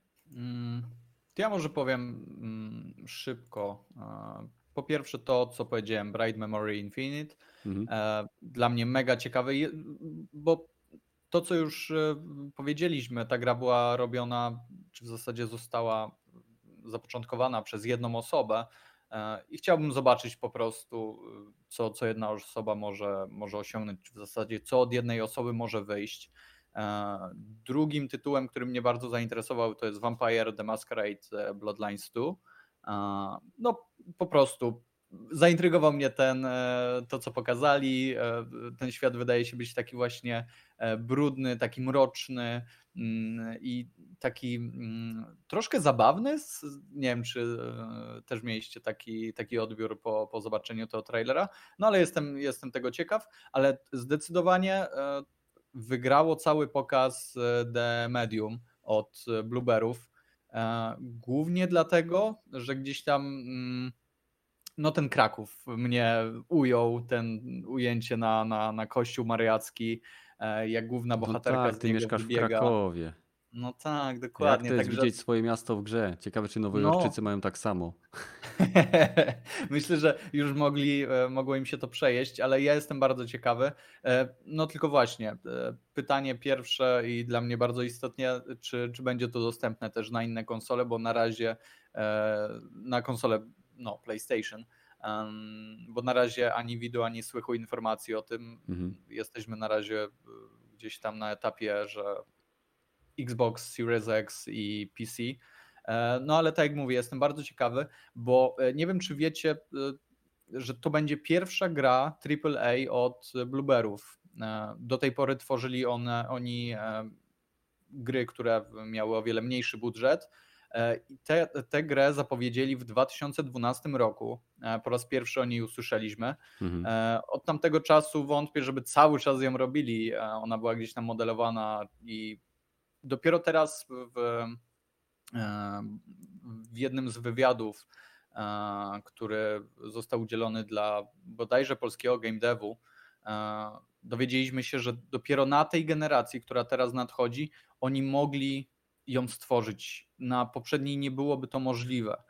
Mm, to ja może powiem mm, szybko. Po pierwsze to, co powiedziałem, Bright Memory Infinite. Mhm. Dla mnie mega ciekawe, bo to, co już powiedzieliśmy, ta gra była robiona, czy w zasadzie została zapoczątkowana przez jedną osobę i chciałbym zobaczyć po prostu, co, co jedna osoba może, może osiągnąć, czy w zasadzie co od jednej osoby może wyjść. Drugim tytułem, który mnie bardzo zainteresował, to jest Vampire the Masquerade Bloodlines dwa. No po prostu zaintrygował mnie ten, to, co pokazali. Ten świat wydaje się być taki właśnie brudny, taki mroczny i taki troszkę zabawny. Nie wiem, czy też mieliście taki, taki odbiór po, po zobaczeniu tego trailera, no ale jestem, jestem tego ciekaw, ale zdecydowanie wygrało cały pokaz The Medium od Blueberów. Głównie dlatego, że gdzieś tam no ten Kraków mnie ujął, ten ujęcie na, na, na kościół mariacki, jak główna bohaterka
no tak,
z
ty
niego
mieszkasz
wybiega.
w Krakowie.
No tak, dokładnie.
Jak to jest
Także...
widzieć swoje miasto w grze? Ciekawe, czy Nowojorczycy no. mają tak samo.
Myślę, że już mogli, mogło im się to przejeść, ale ja jestem bardzo ciekawy. No tylko właśnie, pytanie pierwsze i dla mnie bardzo istotne, czy, czy będzie to dostępne też na inne konsole, bo na razie na konsole no, PlayStation, bo na razie ani widu, ani słychu informacji o tym. Mhm. Jesteśmy na razie gdzieś tam na etapie, że Xbox Series X i P C. No ale tak jak mówię, jestem bardzo ciekawy, bo nie wiem, czy wiecie, że to będzie pierwsza gra triple A od Blueberów. do tej pory tworzyli one, oni gry, które miały o wiele mniejszy budżet. Tę te, te grę zapowiedzieli w dwa tysiące dwunastym roku. Po raz pierwszy o niej usłyszeliśmy. Mhm. Od tamtego czasu wątpię, żeby cały czas ją robili. Ona była gdzieś tam modelowana i dopiero teraz w, w jednym z wywiadów, który został udzielony dla bodajże polskiego game devu, dowiedzieliśmy się, że dopiero na tej generacji, która teraz nadchodzi, oni mogli ją stworzyć. Na poprzedniej nie byłoby to możliwe.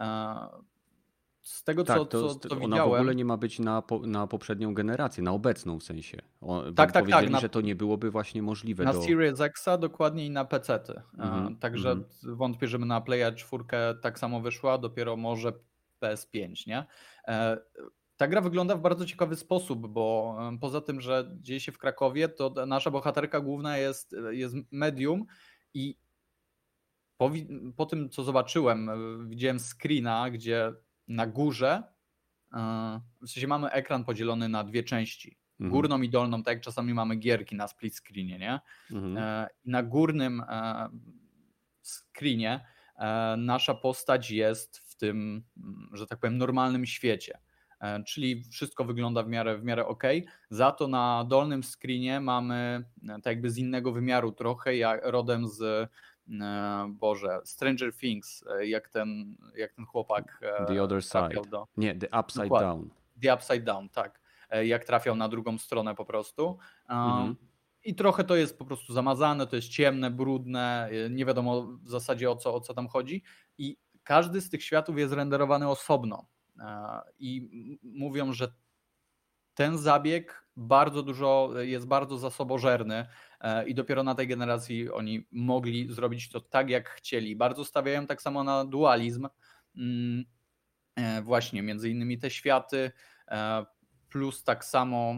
Z tego,
tak,
co,
to,
co, co
ona
widziałem...
w ogóle nie ma być na, po, na poprzednią generację, na obecną w sensie. O,
tak, tak,
powiedzieli,
tak. Na,
że to nie byłoby właśnie możliwe.
Na
do...
Series Xa dokładnie i na pecety.
Mm-hmm,
Także
mm-hmm.
wątpię, żeby na Playa cztery tak samo wyszła, dopiero może P S pięć, nie? Ta gra wygląda w bardzo ciekawy sposób, bo poza tym, że dzieje się w Krakowie, to nasza bohaterka główna jest, jest medium i po, po tym, co zobaczyłem, widziałem screena, gdzie na górze, w sensie mamy ekran podzielony na dwie części, mhm. górną i dolną, tak jak czasami mamy gierki na split screenie, nie? Mhm. I na górnym screenie nasza postać jest w tym, że tak powiem, normalnym świecie. Czyli wszystko wygląda w miarę, w miarę ok. Za to na dolnym screenie mamy tak jakby z innego wymiaru trochę, jak rodem z Boże, Stranger Things, jak ten, jak ten chłopak
The Other Side. Do... Nie, The Upside Dokładnie. Down.
The Upside Down, tak. Jak trafiał na drugą stronę po prostu. Mhm. I trochę to jest po prostu zamazane, to jest ciemne, brudne, nie wiadomo w zasadzie o co, o co tam chodzi. I każdy z tych światów jest renderowany osobno. I mówią, że ten zabieg bardzo dużo, jest bardzo zasobożerny i dopiero na tej generacji oni mogli zrobić to tak, jak chcieli. Bardzo stawiają tak samo na dualizm. Właśnie, między innymi te światy, plus tak samo,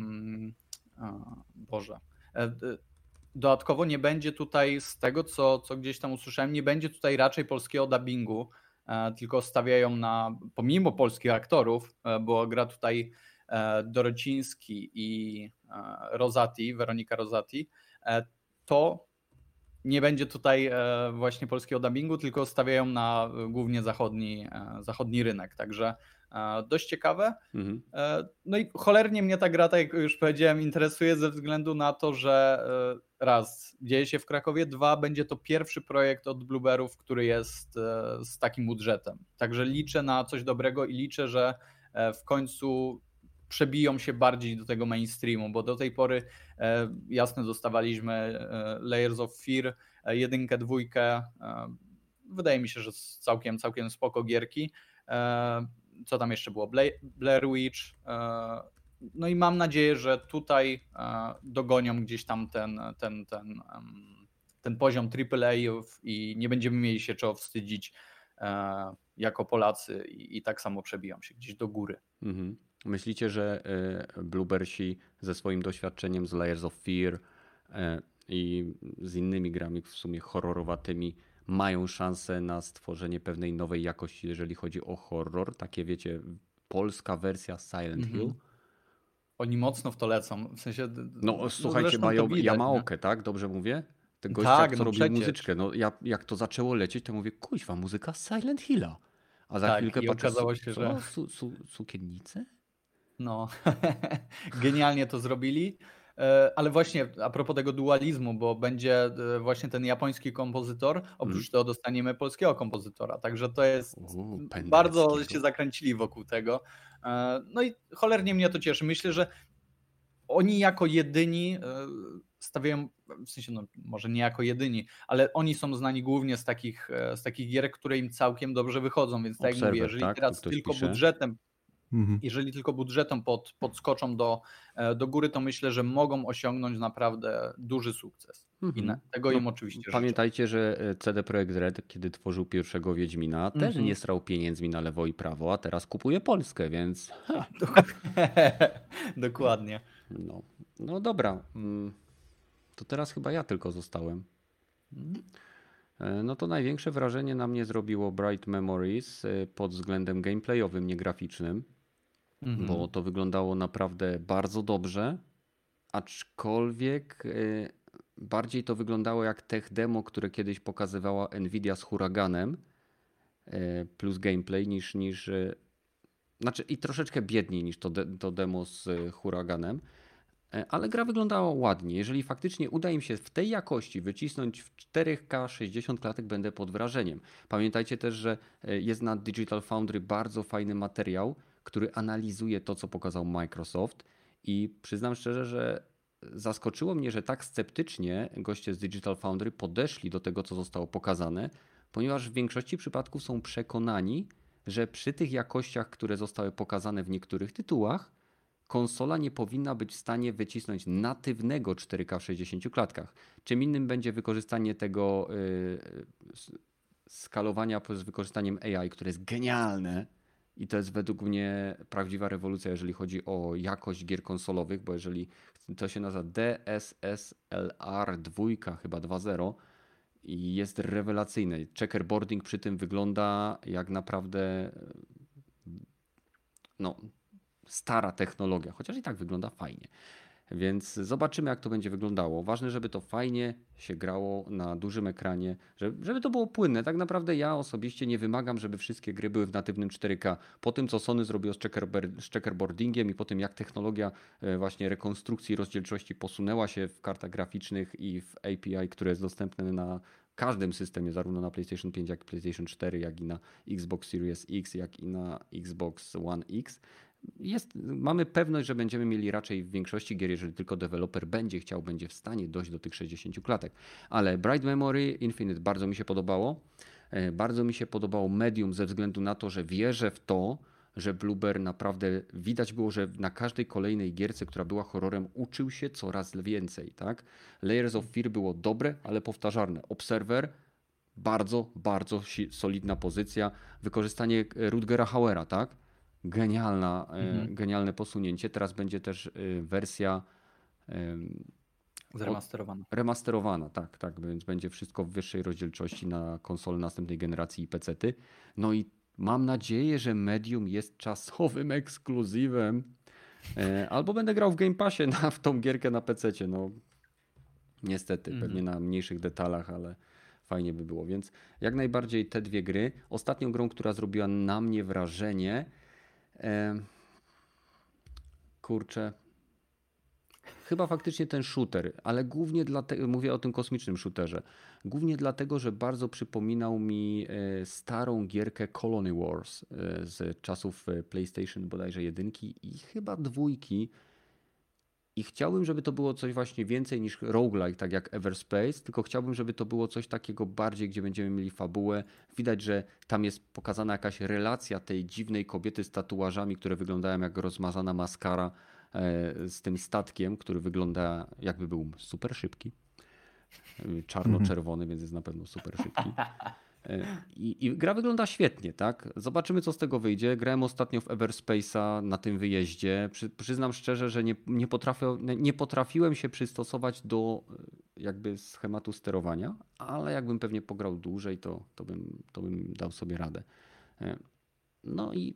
Boże, dodatkowo nie będzie tutaj, z tego co, co gdzieś tam usłyszałem, nie będzie tutaj raczej polskiego dubbingu, tylko stawiają na, pomimo polskich aktorów, bo gra tutaj Dorociński i Rosati, Weronika Rosati, to nie będzie tutaj właśnie polskiego dubbingu, tylko stawiają na głównie zachodni, zachodni rynek, także dość ciekawe. Mhm. No i cholernie mnie ta gra, tak jak już powiedziałem, interesuje ze względu na to, że raz, dzieje się w Krakowie, dwa, będzie to pierwszy projekt od Blooberów, który jest z takim budżetem. Także liczę na coś dobrego i liczę, że w końcu przebiją się bardziej do tego mainstreamu, bo do tej pory jasne dostawaliśmy Layers of Fear, jedynkę, dwójkę. Wydaje mi się, że całkiem, całkiem spoko gierki. Co tam jeszcze było? Blair Witch. No i mam nadzieję, że tutaj dogonią gdzieś tam ten, ten, ten, ten poziom triple A i nie będziemy mieli się czego wstydzić jako Polacy i, i tak samo przebiją się gdzieś do góry.
Mhm. Myślicie, że Bloobersi ze swoim doświadczeniem z Layers of Fear i z innymi grami w sumie horrorowatymi mają szansę na stworzenie pewnej nowej jakości, jeżeli chodzi o horror? Takie wiecie, polska wersja Silent mm-hmm. Hill?
Oni mocno w to lecą. W sensie,
no, no słuchajcie, mają Yamaokę, tak? Dobrze mówię? Ten gość,
tak,
co
no
robił muzyczkę. No, ja, jak to zaczęło lecieć, to mówię, kuźwa, muzyka Silent Hilla. A za
tak,
chwilkę
i
patrzę,
okazało
su,
się,
co?
że...
Su, su, sukiennice?
No, genialnie to zrobili. Ale właśnie a propos tego dualizmu, bo będzie właśnie ten japoński kompozytor, oprócz mm. tego dostaniemy polskiego kompozytora, także to jest, U, bardzo się zakręcili wokół tego. No i cholernie mnie to cieszy. Myślę, że oni jako jedyni stawiają, w sensie no może nie jako jedyni, ale oni są znani głównie z takich, z takich gier, które im całkiem dobrze wychodzą, więc tak jak mówię, jeżeli tak? teraz tylko pisze? budżetem Mhm. Jeżeli tylko budżetem pod, podskoczą do, do góry, to myślę, że mogą osiągnąć naprawdę duży sukces. Mhm. I na, tego no, im oczywiście
Pamiętajcie,
życzę.
że C D Projekt Red, kiedy tworzył pierwszego Wiedźmina, mhm. też nie strał pieniędzmi na lewo i prawo, a teraz kupuje Polskę, więc...
Dokładnie.
No, no dobra. To teraz chyba ja tylko zostałem. Mhm. No to największe wrażenie na mnie zrobiło Bright Memories pod względem gameplayowym, nie graficznym. Mhm. Bo to wyglądało naprawdę bardzo dobrze, aczkolwiek y, bardziej to wyglądało jak tech demo, które kiedyś pokazywała Nvidia z Huraganem y, plus gameplay niż, niż y, znaczy i troszeczkę biedniej niż to, de, to demo z y, Huraganem. Ale gra wyglądała ładnie. Jeżeli faktycznie uda im się w tej jakości wycisnąć w cztery K sześćdziesiąt klatek, będę pod wrażeniem. Pamiętajcie też, że jest na Digital Foundry bardzo fajny materiał, który analizuje to, co pokazał Microsoft i przyznam szczerze, że zaskoczyło mnie, że tak sceptycznie goście z Digital Foundry podeszli do tego, co zostało pokazane, ponieważ w większości przypadków są przekonani, że przy tych jakościach, które zostały pokazane w niektórych tytułach, konsola nie powinna być w stanie wycisnąć natywnego cztery K w sześćdziesięciu klatkach. Czym innym będzie wykorzystanie tego yy, skalowania z wykorzystaniem A I, które jest genialne i to jest według mnie prawdziwa rewolucja, jeżeli chodzi o jakość gier konsolowych, bo jeżeli to się nazywa D S S L R dwa chyba dwa zero i jest rewelacyjne. Checkerboarding przy tym wygląda jak naprawdę no stara technologia, chociaż i tak wygląda fajnie. Więc zobaczymy, jak to będzie wyglądało. Ważne, żeby to fajnie się grało na dużym ekranie, żeby, żeby to było płynne. Tak naprawdę ja osobiście nie wymagam, żeby wszystkie gry były w natywnym cztery K. Po tym, co Sony zrobiło z, checkerboard, z checkerboardingiem i po tym, jak technologia właśnie rekonstrukcji rozdzielczości posunęła się w kartach graficznych i w A P I, które jest dostępne na każdym systemie, zarówno na PlayStation pięć, jak i PlayStation cztery, jak i na Xbox Series X, jak i na Xbox One X. Jest, mamy pewność, że będziemy mieli raczej w większości gier, jeżeli tylko deweloper będzie chciał, będzie w stanie dojść do tych sześćdziesięciu klatek. Ale Bright Memory Infinite bardzo mi się podobało. Bardzo mi się podobało Medium ze względu na to, że wierzę w to, że Bloober naprawdę widać było, że na każdej kolejnej gierce, która była horrorem, uczył się coraz więcej. Tak? Layers of Fear było dobre, ale powtarzalne. Observer bardzo, bardzo solidna pozycja. Wykorzystanie Rutgera Hauera, tak? Genialna, mhm. Genialne posunięcie. Teraz będzie też wersja
zremasterowana.
Remasterowana, tak, tak, więc będzie wszystko w wyższej rozdzielczości na konsole następnej generacji i pecety. No i mam nadzieję, że Medium jest czasowym ekskluzywem. Albo będę grał w Game Passie na, w tą gierkę na pececie. No niestety, mhm. pewnie na mniejszych detalach, ale fajnie by było. Więc jak najbardziej te dwie gry. Ostatnią grą, która zrobiła na mnie wrażenie, kurczę, chyba faktycznie ten shooter, ale głównie dlatego, mówię o tym kosmicznym shooterze, głównie dlatego, że bardzo przypominał mi starą gierkę Colony Wars z czasów PlayStation bodajże jedynki i chyba dwójki. I chciałbym, żeby to było coś właśnie więcej niż roguelike, tak jak Everspace, tylko chciałbym, żeby to było coś takiego bardziej, gdzie będziemy mieli fabułę. Widać, że tam jest pokazana jakaś relacja tej dziwnej kobiety z tatuażami, które wyglądają jak rozmazana maskara, z tym statkiem, który wygląda jakby był super szybki. Czarno-czerwony, więc jest na pewno super szybki. I, I gra wygląda świetnie, tak? Zobaczymy, co z tego wyjdzie. Grałem ostatnio w Everspace'a na tym wyjeździe. Przy, przyznam szczerze, że nie, nie, potrafię, nie potrafiłem się przystosować do jakby schematu sterowania, ale jakbym pewnie pograł dłużej, to, to, bym, to bym dał sobie radę. No i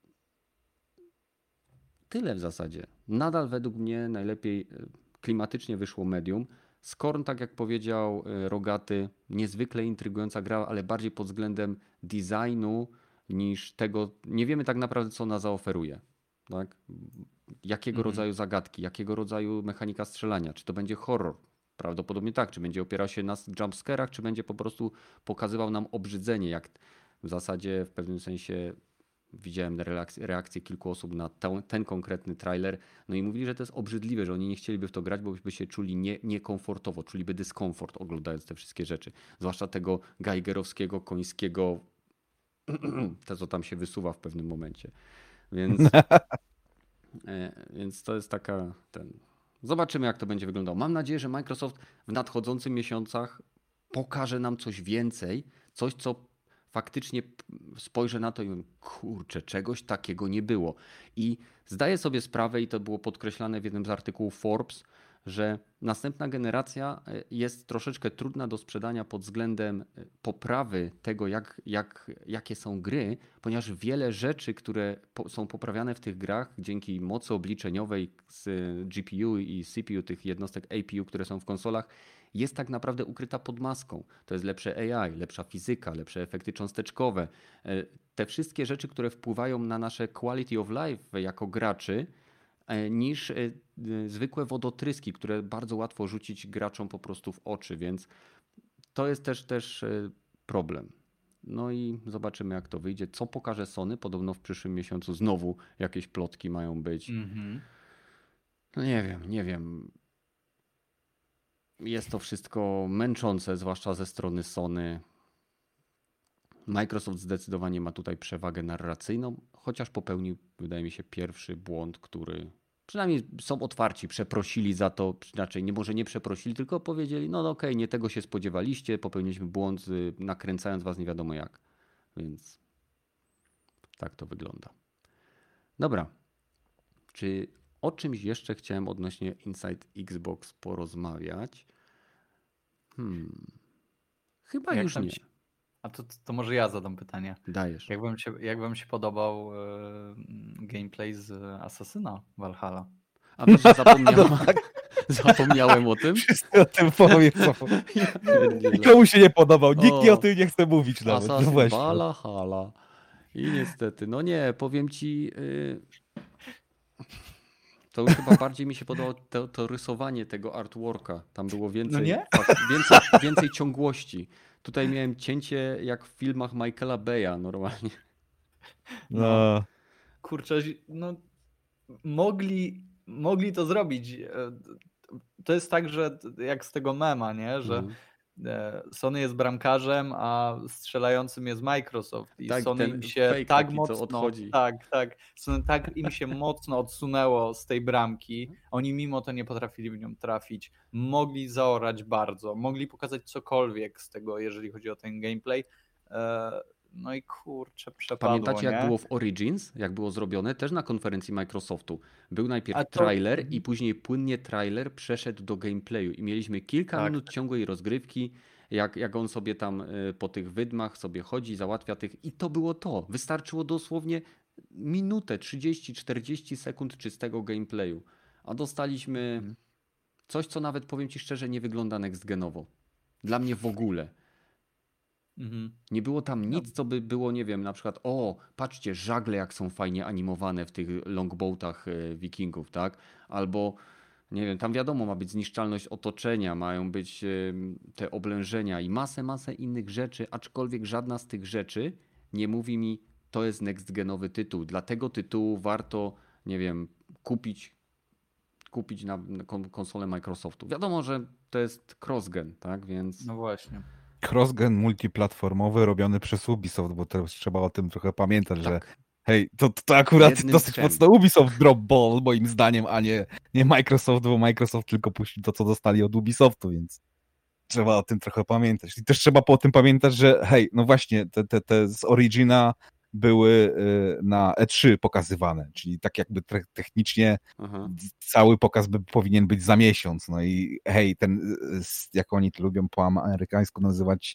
tyle w zasadzie. Nadal według mnie najlepiej klimatycznie wyszło Medium. Scorn, tak jak powiedział Rogaty, niezwykle intrygująca gra, ale bardziej pod względem designu niż tego. Nie wiemy tak naprawdę, co ona zaoferuje. Tak? Jakiego mhm. rodzaju zagadki, jakiego rodzaju mechanika strzelania. Czy to będzie horror? Prawdopodobnie tak. Czy będzie opierał się na jumpscarach, czy będzie po prostu pokazywał nam obrzydzenie, jak w zasadzie w pewnym sensie widziałem reakcję, reakcję kilku osób na ten, ten konkretny trailer, no i mówili, że to jest obrzydliwe, że oni nie chcieliby w to grać, bo by się czuli nie, niekomfortowo, czuliby dyskomfort oglądając te wszystkie rzeczy. Zwłaszcza tego geigerowskiego, końskiego, to co tam się wysuwa w pewnym momencie. Więc, więc to jest taka... Ten... Zobaczymy, jak to będzie wyglądało. Mam nadzieję, że Microsoft w nadchodzących miesiącach pokaże nam coś więcej, coś, co faktycznie spojrzę na to i mówię, kurczę, czegoś takiego nie było. I zdaję sobie sprawę, i to było podkreślane w jednym z artykułów Forbes, że następna generacja jest troszeczkę trudna do sprzedania pod względem poprawy tego, jak, jak, jakie są gry, ponieważ wiele rzeczy, które po, są poprawiane w tych grach dzięki mocy obliczeniowej z G P U i C P U, tych jednostek A P U, które są w konsolach, jest tak naprawdę ukryta pod maską. To jest lepsze A I, lepsza fizyka, lepsze efekty cząsteczkowe. Te wszystkie rzeczy, które wpływają na nasze quality of life jako graczy, niż zwykłe wodotryski, które bardzo łatwo rzucić graczom po prostu w oczy, więc to jest też, też problem. No i zobaczymy, jak to wyjdzie. Co pokaże Sony? Podobno w przyszłym miesiącu znowu jakieś plotki mają być. Mm-hmm. No nie wiem, nie wiem. Jest to wszystko męczące, zwłaszcza ze strony Sony. Microsoft zdecydowanie ma tutaj przewagę narracyjną, chociaż popełnił, wydaje mi się, pierwszy błąd, który przynajmniej są otwarci, przeprosili za to, inaczej nie może nie przeprosili, tylko powiedzieli, no okej, okay, nie tego się spodziewaliście, popełniliśmy błąd, nakręcając was nie wiadomo jak. Więc tak to wygląda. Dobra. Czy o czymś jeszcze chciałem odnośnie Inside Xbox porozmawiać? Hmm. Chyba
Jak
już nie.
Się... A to, to może ja zadam pytanie.
Dajesz.
Jak wam się, jak wam się podobał e, gameplay z Assassina Valhalla?
A wiesz, że zapomniałem, zapomniałem o tym?
Wszyscy o tym powiedzą. Ja Nikomu się nie podobał, nikt o, nie o tym nie chce mówić nawet.
Assassin Valhalla. I niestety, no nie, powiem ci... Yy... To już chyba bardziej mi się podobało to, to rysowanie tego artworka. Tam było więcej,
no nie?
więcej, więcej ciągłości. Tutaj miałem cięcie jak w filmach Michaela Beya normalnie.
No. Kurczę, no mogli, mogli to zrobić. To jest tak, że jak z tego mema, nie? Że mm. Sony jest bramkarzem, a strzelającym jest Microsoft i
tak,
Sony im się tak
taki,
mocno
odchodzi.
tak, tak, Sony tak im się mocno odsunęło z tej bramki. Oni mimo to nie potrafili w nią trafić. Mogli zaorać bardzo, mogli pokazać cokolwiek z tego, jeżeli chodzi o ten gameplay. No i kurczę, przepadło.
Pamiętacie,
nie?
jak było w Origins, jak było zrobione? Też na konferencji Microsoftu. Był najpierw to... trailer i później płynnie trailer przeszedł do gameplayu i mieliśmy kilka tak. minut ciągłej rozgrywki, jak, jak on sobie tam po tych wydmach sobie chodzi, załatwia tych i to było to. Wystarczyło dosłownie minutę, trzydzieści czterdzieści sekund czystego gameplayu. A dostaliśmy coś, co nawet, powiem ci szczerze, nie wygląda next genowo. Dla mnie w ogóle. Mhm. Nie było tam nic, co by było, nie wiem, na przykład o, patrzcie, żagle jak są fajnie animowane w tych longboatach wikingów, tak? Albo, nie wiem, tam wiadomo, ma być zniszczalność otoczenia, mają być te oblężenia i masę, masę innych rzeczy, aczkolwiek żadna z tych rzeczy nie mówi mi, to jest next-genowy tytuł. Dla tego tytułu warto, nie wiem, kupić, kupić na konsolę Microsoftu. Wiadomo, że to jest cross-gen, tak? Więc...
No właśnie.
Cross-gen multiplatformowy robiony przez Ubisoft, bo teraz trzeba o tym trochę pamiętać, tak. że hej, to, to akurat Jednym dosyć trzem. mocno Ubisoft drop ball moim zdaniem, a nie, nie Microsoft, bo Microsoft tylko puścił to, co dostali od Ubisoftu, więc trzeba o tym trochę pamiętać. I też trzeba po tym pamiętać, że hej, no właśnie, te, te, te z Origina były na E trzy pokazywane, czyli tak jakby technicznie Aha. cały pokaz by powinien być za miesiąc, no i hej, ten, jak oni to lubią po amerykańsku nazywać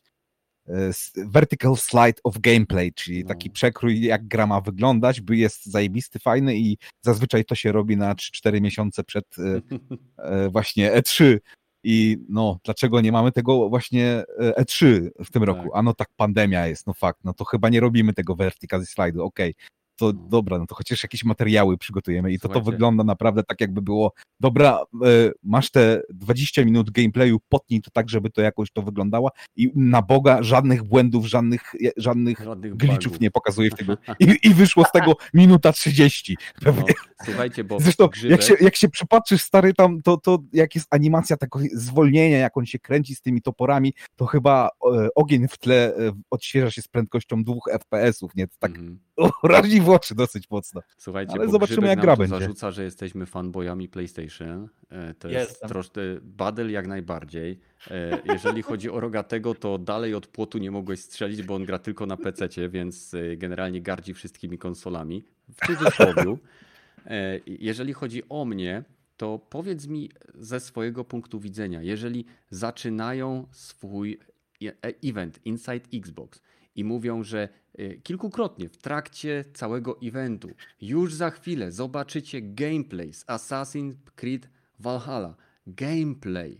vertical slide of gameplay, czyli no. taki przekrój, jak gra ma wyglądać, by jest zajebisty, fajny i zazwyczaj to się robi na trzy cztery miesiące przed właśnie E trzy. I no, dlaczego nie mamy tego właśnie E trzy w tym roku? Tak. A no tak, pandemia jest, no fakt, no to chyba nie robimy tego vertical slide'u, okej. Okay. To no. dobra, no to chociaż jakieś materiały przygotujemy i to to wygląda naprawdę tak, jakby było, dobra, y, masz te dwadzieścia minut gameplayu, potnij to tak, żeby to jakoś to wyglądało i na Boga żadnych błędów, żadnych, żadnych, żadnych glitchów nie pokazuje w tego. I, I wyszło z tego minuta trzydzieści.
No, słuchajcie, bo
zresztą grzybek... jak, się, jak się przypatrzysz, stary, tam, to, to jak jest animacja tego zwolnienia, jak on się kręci z tymi toporami, to chyba e, ogień w tle e, odświeża się z prędkością dwóch F P S-ów, nie? To tak mm. razi w oczy dosyć mocno.
Słuchajcie,
ale zobaczymy, jak gra będzie.
Zarzuca, że jesteśmy fanboyami PlayStation. To jest Jestem. troszkę Badel jak najbardziej. Jeżeli chodzi o Rogatego, to dalej od płotu nie mogłeś strzelić, bo on gra tylko na pececie, więc generalnie gardzi wszystkimi konsolami. W cudzysłowiu. Jeżeli chodzi o mnie, to powiedz mi ze swojego punktu widzenia, jeżeli zaczynają swój event Inside Xbox i mówią, że kilkukrotnie w trakcie całego eventu już za chwilę zobaczycie gameplay z Assassin's Creed Valhalla. Gameplay.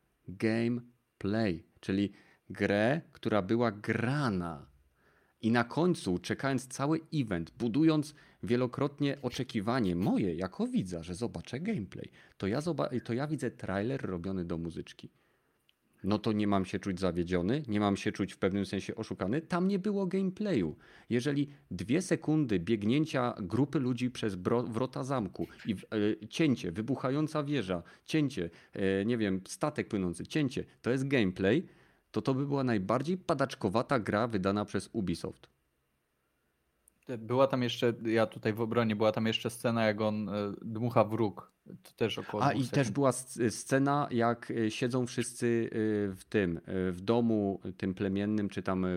Gameplay, czyli grę, która była grana. I na końcu, czekając cały event, budując wielokrotnie oczekiwanie moje jako widza, że zobaczę gameplay, to ja, zoba- to ja widzę trailer robiony do muzyczki. No to nie mam się czuć zawiedziony, nie mam się czuć w pewnym sensie oszukany. Tam nie było gameplayu. Jeżeli dwie sekundy biegnięcia grupy ludzi przez bro- wrota zamku i e, cięcie, wybuchająca wieża, cięcie, e, nie wiem, statek płynący, cięcie, to jest gameplay, to to by była najbardziej padaczkowata gra wydana przez Ubisoft.
Była tam jeszcze, ja tutaj w obronie, była tam jeszcze scena, jak on dmucha w róg. To też około
A i
sekund.
też była scena, jak siedzą wszyscy w tym, w domu tym plemiennym, czy tam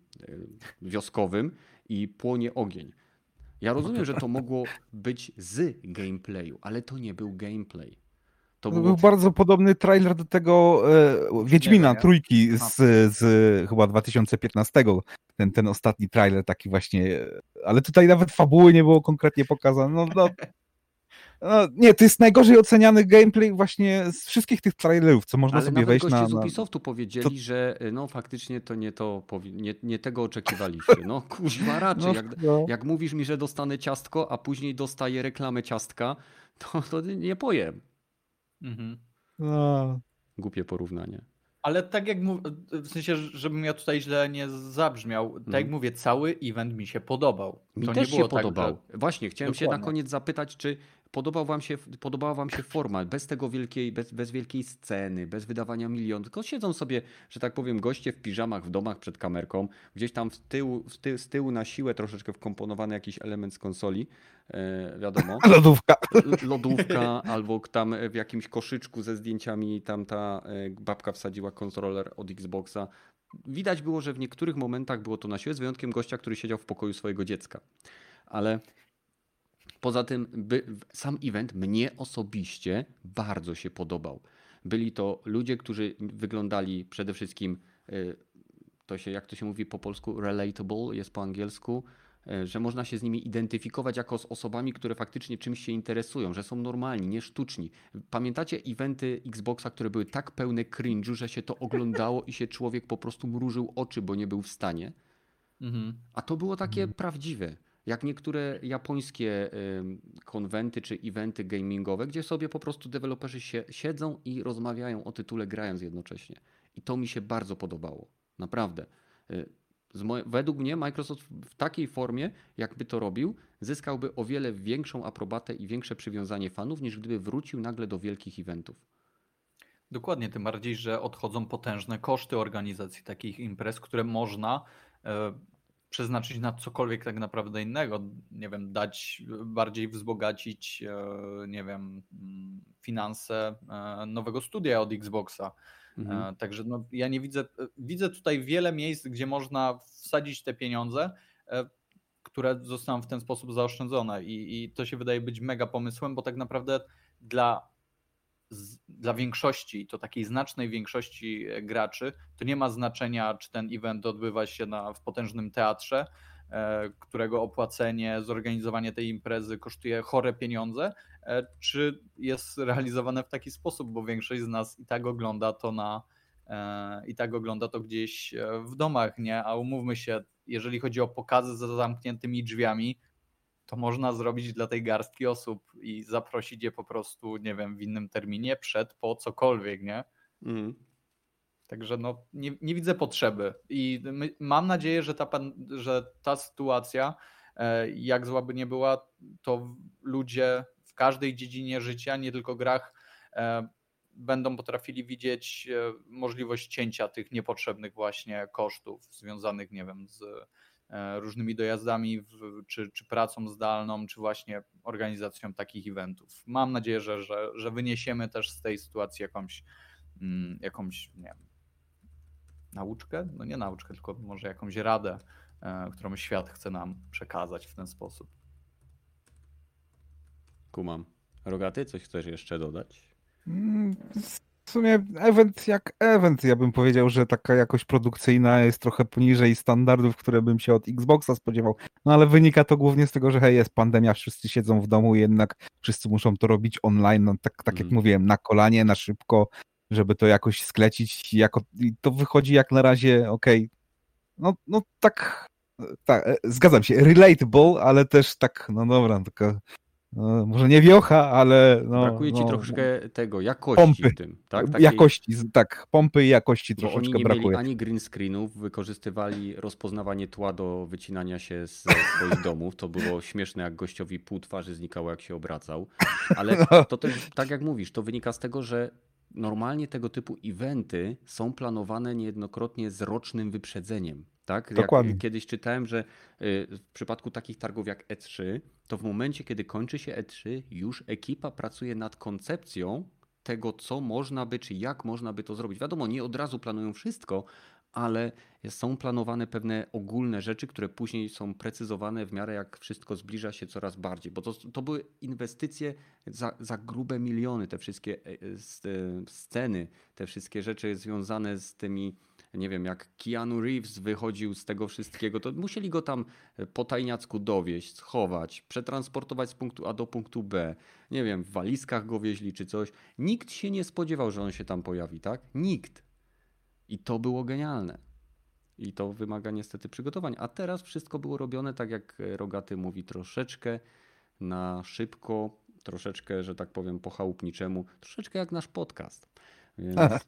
wioskowym i płonie ogień. Ja rozumiem, że to mogło być z gameplayu, ale to nie był gameplay.
To, to było... był bardzo podobny trailer do tego e, Wiedźmina wiem, trójki z, z chyba dwa tysiące piętnastego. Ten, ten ostatni trailer taki właśnie, ale tutaj nawet fabuły nie było konkretnie pokazane. No, no, no, nie, to jest najgorzej oceniany gameplay właśnie z wszystkich tych trailerów, co można
ale
sobie wejść na...
Ale
nawet
z Ubisoftu powiedzieli, to... że no faktycznie to nie to, nie, nie tego oczekiwaliście. No kuźwa raczej, no, jak, no. jak mówisz mi, że dostanę ciastko, a później dostaję reklamę ciastka, to, to nie pojem.
Mhm.
No.
Głupie porównanie.
Ale tak jak mówię, w sensie, żebym ja tutaj źle nie zabrzmiał, tak jak mówię, cały event mi się podobał.
Mi
to
też
nie było
się podobał.
Tak, że...
Właśnie, chciałem
Dokładnie.
się na koniec zapytać, czy podobał wam się, podobała wam się forma, bez tego wielkiej, bez, bez wielkiej sceny, bez wydawania milion, tylko siedzą sobie, że tak powiem, goście w piżamach w domach przed kamerką, gdzieś tam w tyłu, w ty, z tyłu na siłę troszeczkę wkomponowany jakiś element z konsoli, e, wiadomo.
Lodówka.
Lodówka, albo tam w jakimś koszyczku ze zdjęciami tam ta babka wsadziła kontroler od Xboxa. Widać było, że w niektórych momentach było to na siłę, z wyjątkiem gościa, który siedział w pokoju swojego dziecka. Ale poza tym by, sam event mnie osobiście bardzo się podobał. Byli to ludzie, którzy wyglądali przede wszystkim, to się, jak to się mówi po polsku, relatable, jest po angielsku, że można się z nimi identyfikować jako z osobami, które faktycznie czymś się interesują, że są normalni, nie sztuczni. Pamiętacie eventy Xboxa, które były tak pełne cringe'u, że się to oglądało i się człowiek po prostu mrużył oczy, bo nie był w stanie?
Mhm.
A to było takie mhm. prawdziwe. Jak niektóre japońskie y, konwenty czy eventy gamingowe, gdzie sobie po prostu deweloperzy się, siedzą i rozmawiają o tytule, grając jednocześnie. I to mi się bardzo podobało. Naprawdę. Y, z moje, według mnie Microsoft w takiej formie, jakby to robił, zyskałby o wiele większą aprobatę i większe przywiązanie fanów, niż gdyby wrócił nagle do wielkich eventów.
Dokładnie, tym bardziej, że odchodzą potężne koszty organizacji takich imprez, które można y, przeznaczyć na cokolwiek tak naprawdę innego, nie wiem, dać, bardziej wzbogacić, nie wiem, finanse nowego studia od Xboxa. Mhm. Także no, ja nie widzę, widzę tutaj wiele miejsc, gdzie można wsadzić te pieniądze, które zostaną w ten sposób zaoszczędzone i, i to się wydaje być mega pomysłem, bo tak naprawdę dla Z, dla większości, to takiej znacznej większości graczy, to nie ma znaczenia, czy ten event odbywa się na, w potężnym teatrze, e, którego opłacenie, zorganizowanie tej imprezy kosztuje chore pieniądze, e, czy jest realizowane w taki sposób, bo większość z nas i tak ogląda to na e, i tak ogląda to gdzieś w domach, nie? A umówmy się, jeżeli chodzi o pokazy za zamkniętymi drzwiami, to można zrobić dla tej garstki osób i zaprosić je po prostu, nie wiem, w innym terminie, przed, po cokolwiek, nie? Mm. Także no, nie, nie widzę potrzeby i my, mam nadzieję, że ta, pan, że ta sytuacja, jak zła by nie była, to ludzie w każdej dziedzinie życia, nie tylko grach, będą potrafili widzieć możliwość cięcia tych niepotrzebnych właśnie kosztów związanych, nie wiem, z różnymi dojazdami, w, czy, czy pracą zdalną, czy właśnie organizacją takich eventów. Mam nadzieję, że, że, że wyniesiemy też z tej sytuacji jakąś, mm, jakąś nie wiem, nauczkę, no nie nauczkę, tylko może jakąś radę, e, którą świat chce nam przekazać w ten sposób.
Kumam. Rogaty, coś chcesz jeszcze dodać?
Mm, W sumie event jak event, ja bym powiedział, że taka jakość produkcyjna jest trochę poniżej standardów, które bym się od Xboxa spodziewał. No ale wynika to głównie z tego, że hej, jest pandemia, wszyscy siedzą w domu, jednak wszyscy muszą to robić online, no tak, tak jak
Mhm.
mówiłem, na kolanie, na szybko, żeby to jakoś sklecić. Jako, i to wychodzi jak na razie, okej, no, no tak, tak, e, zgadzam się, relatable, ale też tak, no dobra, tylko no, może nie wiocha, ale no,
Brakuje ci
no,
troszkę tego, jakości
pompy.
w tym, tak? Takiej,
Jakości, z- tak, pompy i jakości
bo oni
troszeczkę
nie
brakuje.
mieli ani green screenów, wykorzystywali rozpoznawanie tła do wycinania się z swoich domów. To było śmieszne, jak gościowi pół twarzy znikało, jak się obracał. Ale to też, tak jak mówisz, to wynika z tego, że normalnie tego typu eventy są planowane niejednokrotnie z rocznym wyprzedzeniem. Tak? Jak
Dokładnie.
kiedyś czytałem, że y, w przypadku takich targów jak E trzy, to w momencie, kiedy kończy się E trzy, już ekipa pracuje nad koncepcją tego, co można by, czy jak można by to zrobić. Wiadomo, nie od razu planują wszystko, ale są planowane pewne ogólne rzeczy, które później są precyzowane w miarę jak wszystko zbliża się coraz bardziej. Bo to, to były inwestycje za, za grube miliony, te wszystkie e, s- e, sceny, te wszystkie rzeczy związane z tymi, nie wiem, jak Keanu Reeves wychodził z tego wszystkiego, to musieli go tam po tajniacku dowieźć, schować, przetransportować z punktu A do punktu B. Nie wiem, w walizkach go wieźli czy coś. Nikt się nie spodziewał, że on się tam pojawi, tak? Nikt. I to było genialne. I to wymaga niestety przygotowań. A teraz wszystko było robione, tak jak Rogaty mówi, troszeczkę na szybko, troszeczkę, że tak powiem, po chałupniczemu, troszeczkę jak nasz podcast. Więc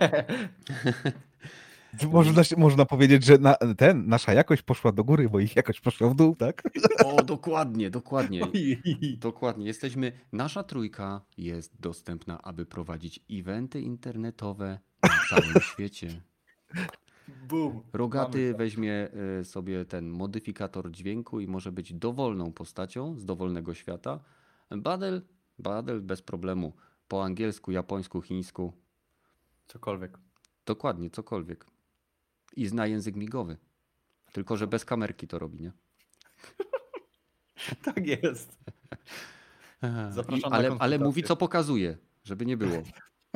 Można, się- można powiedzieć, że na, ten, nasza jakość poszła do góry, bo ich jakość poszła w dół, tak?
o, dokładnie, dokładnie.
Ojej.
Dokładnie. Jesteśmy, nasza trójka jest dostępna, aby prowadzić eventy internetowe na całym świecie.
Boom.
Rogaty
Mamy to.
weźmie y, sobie ten modyfikator dźwięku i może być dowolną postacią z dowolnego świata. Badel, Badel bez problemu. Po angielsku, japońsku, chińsku.
Cokolwiek.
Dokładnie, cokolwiek. I zna język migowy. Tylko, że bez kamerki to robi, nie?
Tak jest.
I,
Zapraszam na
ale, ale
konsultację.
mówi, co pokazuje, żeby nie było.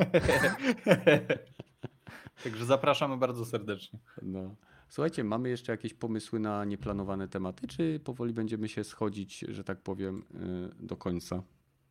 Także zapraszamy bardzo serdecznie.
No. Słuchajcie, mamy jeszcze jakieś pomysły na nieplanowane tematy, czy powoli będziemy się schodzić, że tak powiem, y, do końca?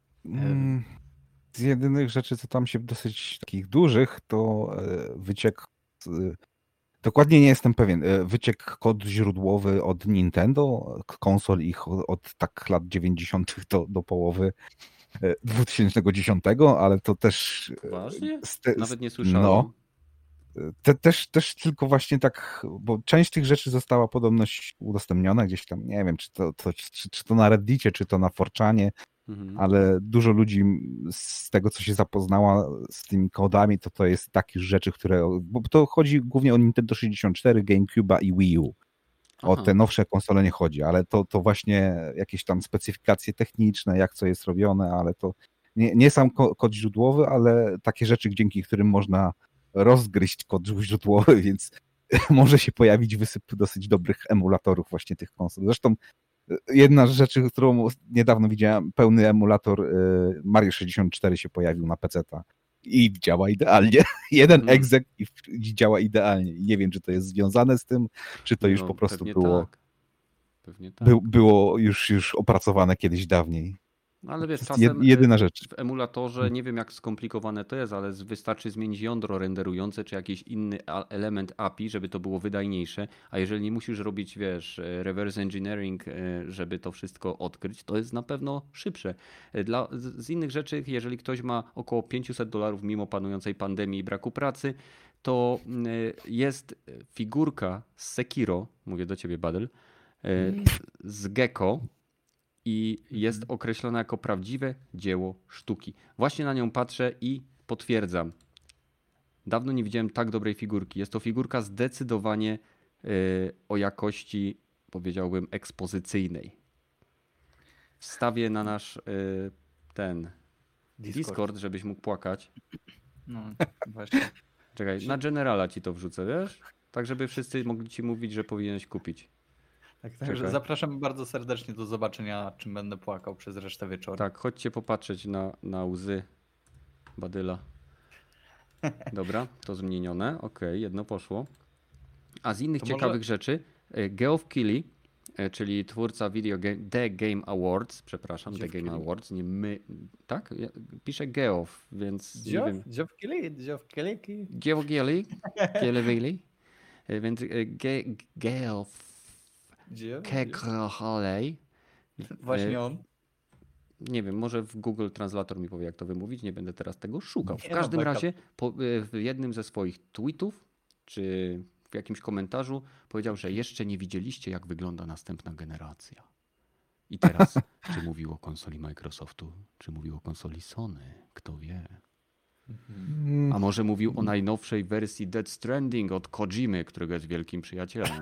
Mm, Z jedynych rzeczy, co tam się dosyć takich dużych, to e, wyciek, e, dokładnie nie jestem pewien, e, wyciek kod źródłowy od Nintendo, k- konsol ich od, od tak lat dziewięćdziesiątych do, do połowy e, dwa tysiące dziesiątego, ale to też... e,
Poważnie?
z te- z-
Nawet nie słyszałem.
No, te, też, też tylko właśnie tak, bo część tych rzeczy została podobno udostępniona gdzieś tam, nie wiem, czy to, to, czy, czy to na Reddicie, czy to na four chanie,
Mhm.
ale dużo ludzi z tego, co się zapoznała z tymi kodami, to to jest takich rzeczy, które, bo to chodzi głównie o Nintendo sześćdziesiąt cztery, GameCube'a i Wii U. O
Aha.
te nowsze konsole nie chodzi, ale to, to właśnie jakieś tam specyfikacje techniczne, jak co jest robione, ale to nie, nie sam ko- kod źródłowy, ale takie rzeczy, dzięki którym można rozgryźć kod źródłowy, więc może się pojawić wysyp dosyć dobrych emulatorów właśnie tych konsol. Zresztą jedna z rzeczy, którą niedawno widziałem, pełny emulator y, Mario sześćdziesiąt cztery się pojawił na peceta i działa idealnie. Jeden
Mm.
egzek i w- i działa idealnie. I nie wiem, czy to jest związane z tym, czy to już
No,
po prostu
pewnie
było,
Tak. Pewnie tak.
by, było już, już opracowane kiedyś dawniej.
Ale wiesz,
To jest
czasem
jed- jedyna
y,
rzecz.
w emulatorze, nie wiem jak skomplikowane to jest, ale z- wystarczy zmienić jądro renderujące, czy jakiś inny a- element A P I, żeby to było wydajniejsze, a jeżeli nie musisz robić, wiesz, y, reverse engineering, y, żeby to wszystko odkryć, to jest na pewno szybsze. Y, Dla, z, z innych rzeczy, jeżeli ktoś ma około pięćset dolarów mimo panującej pandemii i braku pracy, to y, jest figurka z Sekiro, mówię do ciebie Badel, y, z Gecko, i jest określona jako prawdziwe dzieło sztuki. Właśnie na nią patrzę i potwierdzam. Dawno nie widziałem tak dobrej figurki. Jest to figurka zdecydowanie y, o jakości, powiedziałbym, ekspozycyjnej. Wstawię na nasz y, ten
Discord.
Discord, żebyś mógł płakać.
No, właśnie.
Czekaj, na Generala ci to wrzucę, wiesz? Tak, żeby wszyscy mogli ci mówić, że powinieneś kupić.
Tak, także zapraszam bardzo serdecznie do zobaczenia, nad czym będę płakał przez resztę wieczoru.
Tak, chodźcie popatrzeć na, na łzy Badyla. Dobra, to zmienione. Okej, okay, jedno poszło. A z innych to ciekawych może... rzeczy, Geoff Keighley, czyli twórca Video Game, The Game Awards, przepraszam, Geoff The Game Keighley. Awards, nie my, tak? Pisze Geoff, więc
Geoff?
nie wiem.
Geoff Keighley? Geoff Keighley?
Geoff Keighley? Keighley? Więc Ge Geoff Keighley.
Właśnie on.
Nie wiem, może w Google Translator mi powie, jak to wymówić, nie będę teraz tego szukał. W każdym razie po, w jednym ze swoich tweetów, czy w jakimś komentarzu powiedział, że jeszcze nie widzieliście, jak wygląda następna generacja. I teraz, czy mówił o konsoli Microsoftu, czy mówił o konsoli Sony, kto wie. A może mówił o najnowszej wersji Death Stranding od Kojimy, którego jest wielkim przyjacielem.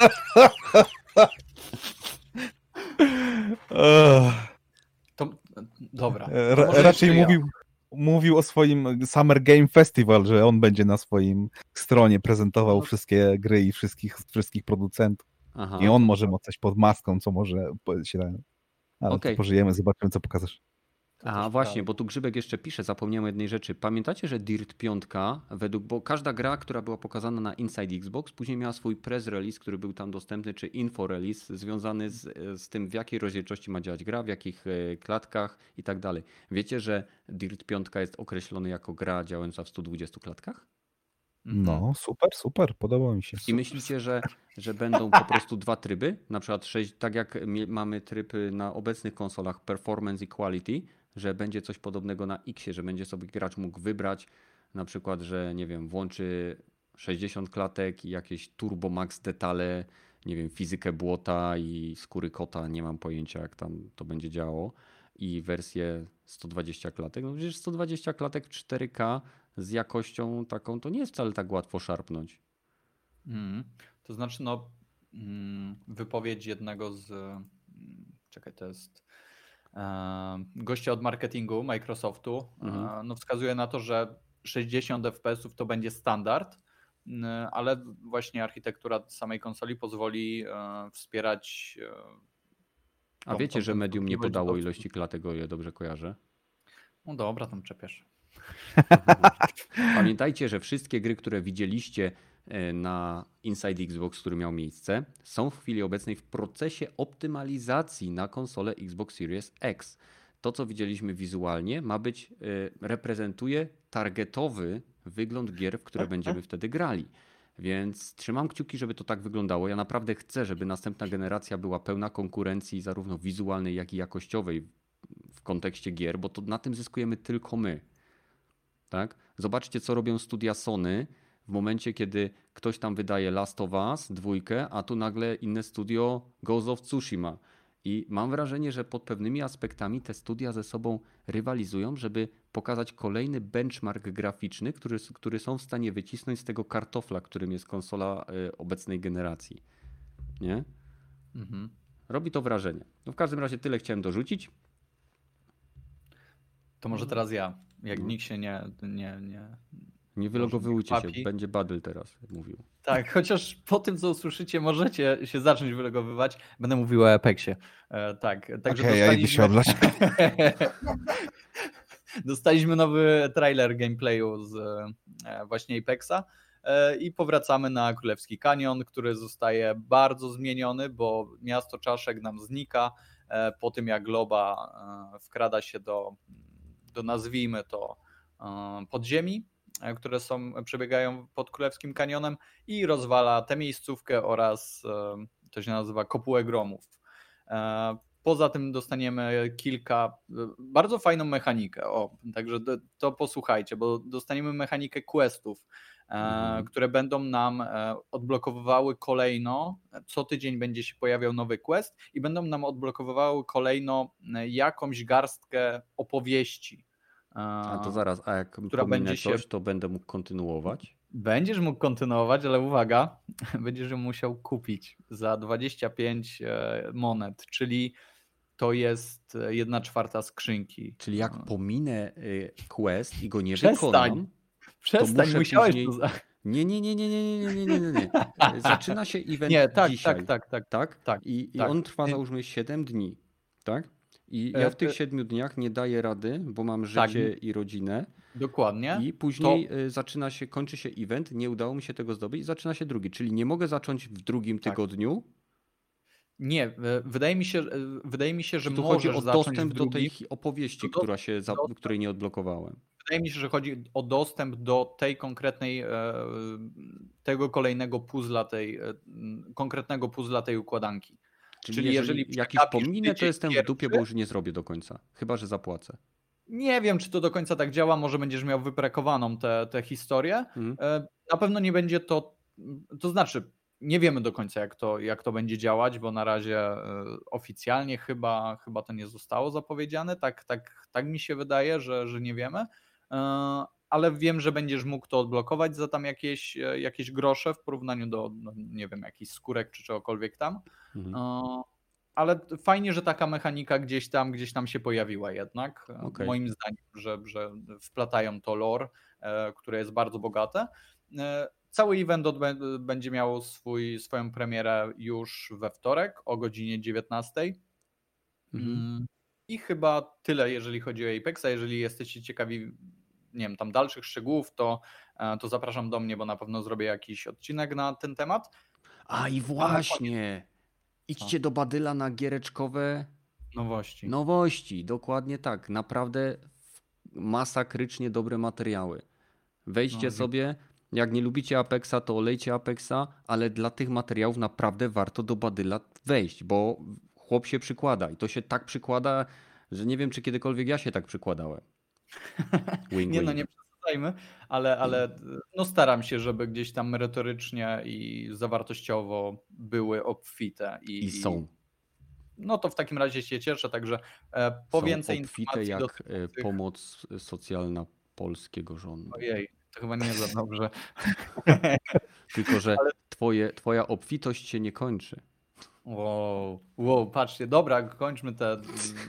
To, dobra.
To Ra raczej mówił, ja. mówił o swoim Summer Game Festival, że on będzie na swoim stronie prezentował no. wszystkie gry i wszystkich, wszystkich producentów. Aha. I on może ma coś pod maską, co może się da. Ale okay. pożyjemy, zobaczymy, co pokażesz.
A właśnie, bo tu Grzybek jeszcze pisze, zapomniałem jednej rzeczy. Pamiętacie, że Dirt pięć według, bo każda gra, która była pokazana na Inside Xbox, później miała swój press release, który był tam dostępny, czy info release związany z, z tym, w jakiej rozdzielczości ma działać gra, w jakich klatkach i tak dalej. Wiecie, że Dirt pięć jest określony jako gra działająca w stu dwudziestu klatkach?
No, super, super, podoba mi się.
I myślicie, że, że będą po prostu dwa tryby? Na przykład sześć, tak jak mamy tryb na obecnych konsolach Performance i Quality, że będzie coś podobnego na X-ie, że będzie sobie gracz mógł wybrać na przykład, że nie wiem, włączy sześćdziesiąt klatek i jakieś turbo max detale, nie wiem, fizykę błota i skóry kota, nie mam pojęcia, jak tam to będzie działało, i wersję sto dwadzieścia klatek. No przecież sto dwadzieścia klatek w cztery K z jakością taką to nie jest wcale tak łatwo szarpnąć.
Mm, to znaczy, no mm, wypowiedź jednego z mm, czekaj, to jest gościa od marketingu Microsoftu, mhm. no wskazuje na to, że sześćdziesiąt F P S-ów to będzie standard, ale właśnie architektura samej konsoli pozwoli wspierać.
A tą, wiecie, tą, że Medium nie podało ilości klatek, o ile dobrze kojarzę?
No dobra, tam czepiasz.
Pamiętajcie, że wszystkie gry, które widzieliście na Inside Xbox, który miał miejsce, są w chwili obecnej w procesie optymalizacji na konsolę Xbox Series X. To, co widzieliśmy wizualnie, ma być, reprezentuje targetowy wygląd gier, w które będziemy wtedy grali. Więc trzymam kciuki, żeby to tak wyglądało. Ja naprawdę chcę, żeby następna generacja była pełna konkurencji zarówno wizualnej, jak i jakościowej w kontekście gier, bo to na tym zyskujemy tylko my. Tak? Zobaczcie, co robią studia Sony w momencie, kiedy ktoś tam wydaje Last of Us dwójkę, a tu nagle inne studio Ghost of Tsushima. I mam wrażenie, że pod pewnymi aspektami te studia ze sobą rywalizują, żeby pokazać kolejny benchmark graficzny, który, który są w stanie wycisnąć z tego kartofla, którym jest konsola obecnej generacji. Nie? Mhm. Robi to wrażenie. No w każdym razie tyle chciałem dorzucić.
To może teraz ja. Jak no. nikt się nie... nie, nie...
Nie wylogowujcie się, będzie Badyl teraz mówił.
Tak, chociaż po tym, co usłyszycie, możecie się zacząć wylogowywać. Będę mówił o Apexie. E, tak, także
okay,
dostaliśmy...
ja
dostaliśmy nowy trailer gameplayu z e, właśnie Apexa e, i powracamy na Królewski Kanion, który zostaje bardzo zmieniony, bo miasto czaszek nam znika e, po tym, jak Globa e, wkrada się do, do nazwijmy to e, podziemi, które są, przebiegają pod Królewskim Kanionem i rozwala tę miejscówkę oraz to się nazywa Kopułę Gromów. Poza tym dostaniemy kilka, bardzo fajną mechanikę, o, także to, to posłuchajcie, bo dostaniemy mechanikę questów, mhm. które będą nam odblokowywały kolejno, co tydzień będzie się pojawiał nowy quest i będą nam odblokowywały kolejno jakąś garstkę opowieści.
A to zaraz, a jak która będzie się... coś, to będę mógł kontynuować?
Będziesz mógł kontynuować, ale uwaga, będziesz ją musiał kupić za dwadzieścia pięć monet, czyli to jest jedna czwarta skrzynki.
Czyli jak pominę quest i go nie
Przestań.
wykonam,
Przestań,
to
musiałeś
później,
to za...
Nie, nie, nie, nie, nie, nie, nie, nie, nie, nie. Zaczyna się event
Nie, tak,
dzisiaj.
tak, tak, tak,
tak?
tak,
I, i
tak.
on trwa załóżmy siedem dni, tak? I
E,
ja w tych
e,
siedmiu dniach nie daję rady, bo mam
Tak,
życie i rodzinę.
dokładnie.
I później y, zaczyna się, kończy się event, nie udało mi się tego zdobyć i zaczyna się drugi. Czyli nie mogę zacząć w drugim
Tak.
tygodniu.
Nie, e, wydaje mi się, e, wydaje mi się, że
Czy tu chodzi
możesz
o
zacząć
dostęp
w
do tej
drugim.
hi- opowieści,
Do-
która się za,
dostęp-
której nie odblokowałem.
Wydaje mi się, że chodzi o dostęp do tej konkretnej, e, tego kolejnego puzzla, tej e, m, konkretnego puzzla tej układanki.
Czyli,
Czyli
jeżeli,
jeżeli
jakiś
przegapisz
pominę, to
tydzień
jestem w
pierwszy-
dupie, bo już nie zrobię do końca. Chyba że zapłacę.
Nie wiem, czy to do końca tak działa, może będziesz miał wyprekowaną tę tę historię.
Mhm.
E, Na pewno nie będzie to, to znaczy nie wiemy do końca jak to, jak to będzie działać, bo na razie e, oficjalnie chyba, chyba to nie zostało zapowiedziane, tak, tak, tak mi się wydaje, że, że nie wiemy, E, ale wiem, że będziesz mógł to odblokować za tam jakieś, e, jakieś grosze w porównaniu do, no, nie wiem, jakichś skórek czy czegokolwiek tam.
Mhm.
E, Ale fajnie, że taka mechanika gdzieś tam, gdzieś tam się pojawiła jednak. E,
Okej.
Moim zdaniem, że, że wplatają to lore, e, które jest bardzo bogate. E, Cały event odbę- będzie miał swój, swoją premierę już we wtorek o godzinie dziewiętnastej.
Mhm.
Mm, I chyba tyle, jeżeli chodzi o Apexa. Jeżeli jesteście ciekawi, nie wiem, tam dalszych szczegółów, to, e, to zapraszam do mnie, bo na pewno zrobię jakiś odcinek na ten temat.
A i właśnie! Idźcie do Badyla na giereczkowe
Nowości.
nowości. Dokładnie tak. Naprawdę masakrycznie dobre materiały. Wejdźcie
No,
sobie. Jak nie lubicie Apexa, to olejcie Apexa, ale dla tych materiałów naprawdę warto do Badyla wejść, bo chłop się przykłada i to się tak przykłada, że nie wiem, czy kiedykolwiek ja się tak przykładałem. Wing,
Nie no,
wing.
nie przesadzajmy, ale, ale no staram się, żeby gdzieś tam merytorycznie i zawartościowo były obfite. I,
I są.
No to w takim razie się cieszę, także e, po
Są
więcej
obfite
informacji
jak
dotyczących...
e, pomoc socjalna polskiego rządu.
Ojej, to chyba nie za dobrze.
Tylko, że twoje, twoja obfitość się nie kończy.
Wow, wow, patrzcie, dobra, kończmy te.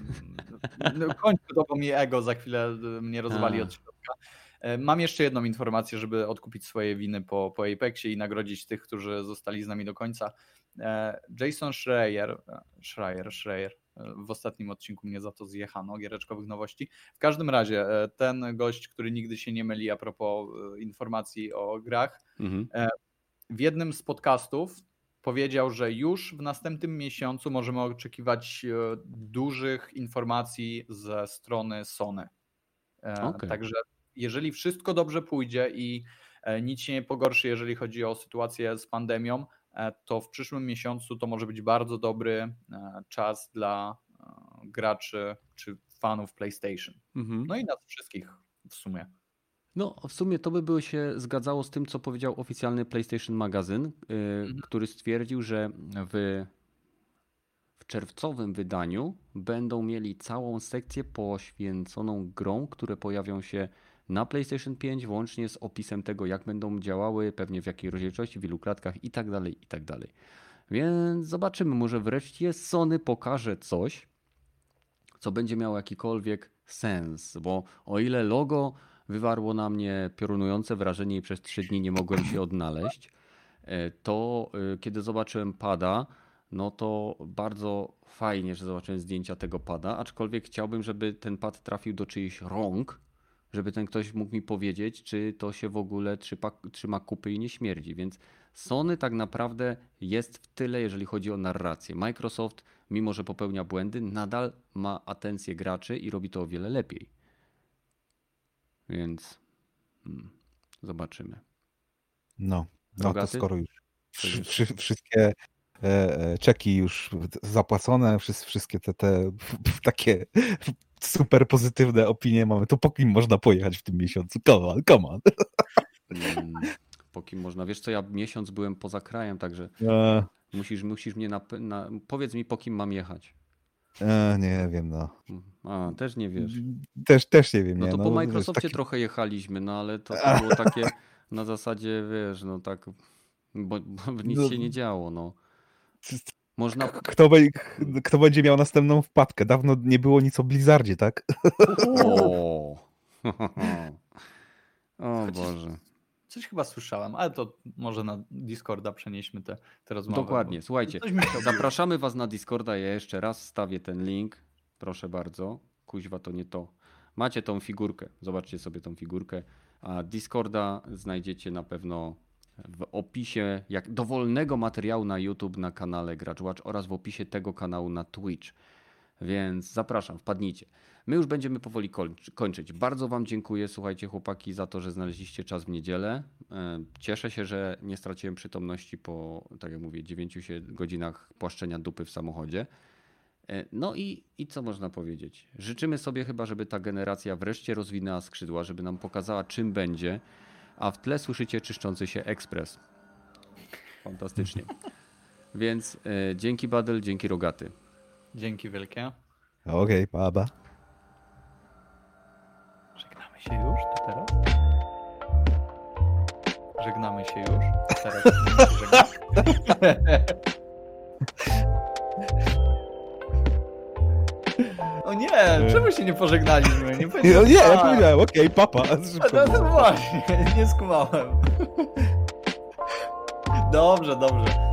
No, kończmy to, bo mi ego za chwilę mnie rozwali
A.
od środka. E, Mam jeszcze jedną informację, żeby odkupić swoje winy po, po Apexie i nagrodzić tych, którzy zostali z nami do końca. E, Jason Schreier, Schreier, Schreier, e, w ostatnim odcinku mnie za to zjechano, giereczkowych nowości. W każdym razie, e, ten gość, który nigdy się nie myli a propos e, informacji o grach,
Mhm.
w jednym z podcastów powiedział, że już w następnym miesiącu możemy oczekiwać e, dużych informacji ze strony Sony. E,
Okej.
Także jeżeli wszystko dobrze pójdzie i e, nic się nie pogorszy, jeżeli chodzi o sytuację z pandemią, e, to w przyszłym miesiącu to może być bardzo dobry e, czas dla e, graczy czy fanów PlayStation.
Mhm.
No i nas wszystkich w sumie.
No, w sumie to by było się zgadzało z tym, co powiedział oficjalny PlayStation Magazine, yy, który stwierdził, że w, w czerwcowym wydaniu będą mieli całą sekcję poświęconą grom, które pojawią się na PlayStation pięć, włącznie z opisem tego, jak będą działały, pewnie w jakiej rozdzielczości, w ilu klatkach i tak dalej, i tak dalej. Więc zobaczymy, może wreszcie Sony pokaże coś, co będzie miało jakikolwiek sens, bo o ile logo wywarło na mnie piorunujące wrażenie i przez trzy dni nie mogłem się odnaleźć, to kiedy zobaczyłem pada, no to bardzo fajnie, że zobaczyłem zdjęcia tego pada, aczkolwiek chciałbym, żeby ten pad trafił do czyichś rąk, żeby ten ktoś mógł mi powiedzieć, czy to się w ogóle trzyma, trzyma kupy i nie śmierdzi. Więc Sony tak naprawdę jest w tyle, jeżeli chodzi o narrację. Microsoft, mimo że popełnia błędy, nadal ma atencję graczy i robi to o wiele lepiej. Więc hmm, zobaczymy.
No, no to
Rogaty?
skoro już wszy, wszy, wszystkie e, e, czeki już zapłacone, wszyscy, wszystkie te, te takie super pozytywne opinie mamy, to po kim można pojechać w tym miesiącu? Come on, come on.
Hmm, po kim można? Wiesz co, ja miesiąc byłem poza krajem, także
E,
musisz, musisz mnie na, na... Powiedz mi, po kim mam jechać.
e, nie wiem, no.
A, też nie wiesz.
Też, też nie wiem.
No
nie,
to
no,
po
wiesz,
Microsoftie
taki...
trochę jechaliśmy, no ale to, to było takie na zasadzie, wiesz, no tak, bo, bo nic
No.
się nie działo, no. Można...
Kto, be, kto będzie miał następną wpadkę? Dawno nie było nic o Blizzardzie, tak?
O, o Boże.
Coś chyba słyszałem, ale to może na Discorda przenieśmy te, te rozmowy.
Dokładnie, słuchajcie, zapraszamy was na Discorda, ja jeszcze raz wstawię ten link, proszę bardzo, kuźwa to nie to. Macie tą figurkę, zobaczcie sobie tą figurkę, a Discorda znajdziecie na pewno w opisie jak dowolnego materiału na YouTube na kanale Gracz Watch oraz w opisie tego kanału na Twitch. Więc zapraszam, wpadnijcie. My już będziemy powoli kończyć. Bardzo wam dziękuję, słuchajcie chłopaki, za to, że znaleźliście czas w niedzielę. Cieszę się, że nie straciłem przytomności po, tak jak mówię, dziewięciu godzinach płaszczenia dupy w samochodzie. No i, i co można powiedzieć? Życzymy sobie chyba, żeby ta generacja wreszcie rozwinęła skrzydła, żeby nam pokazała, czym będzie, a w tle słyszycie czyszczący się ekspres. Fantastycznie. Więc e, dzięki Badel, dzięki Rogaty.
Dzięki wielkie.
Okej, okay, baba.
Żegnamy się już? To teraz? Żegnamy się już? Teraz się żegnać? O nie, czemu się nie pożegnaliśmy? Nie,
no nie, ja powiedziałem, okej, okay, papa.
No to właśnie, nie skumałem. Dobrze, dobrze.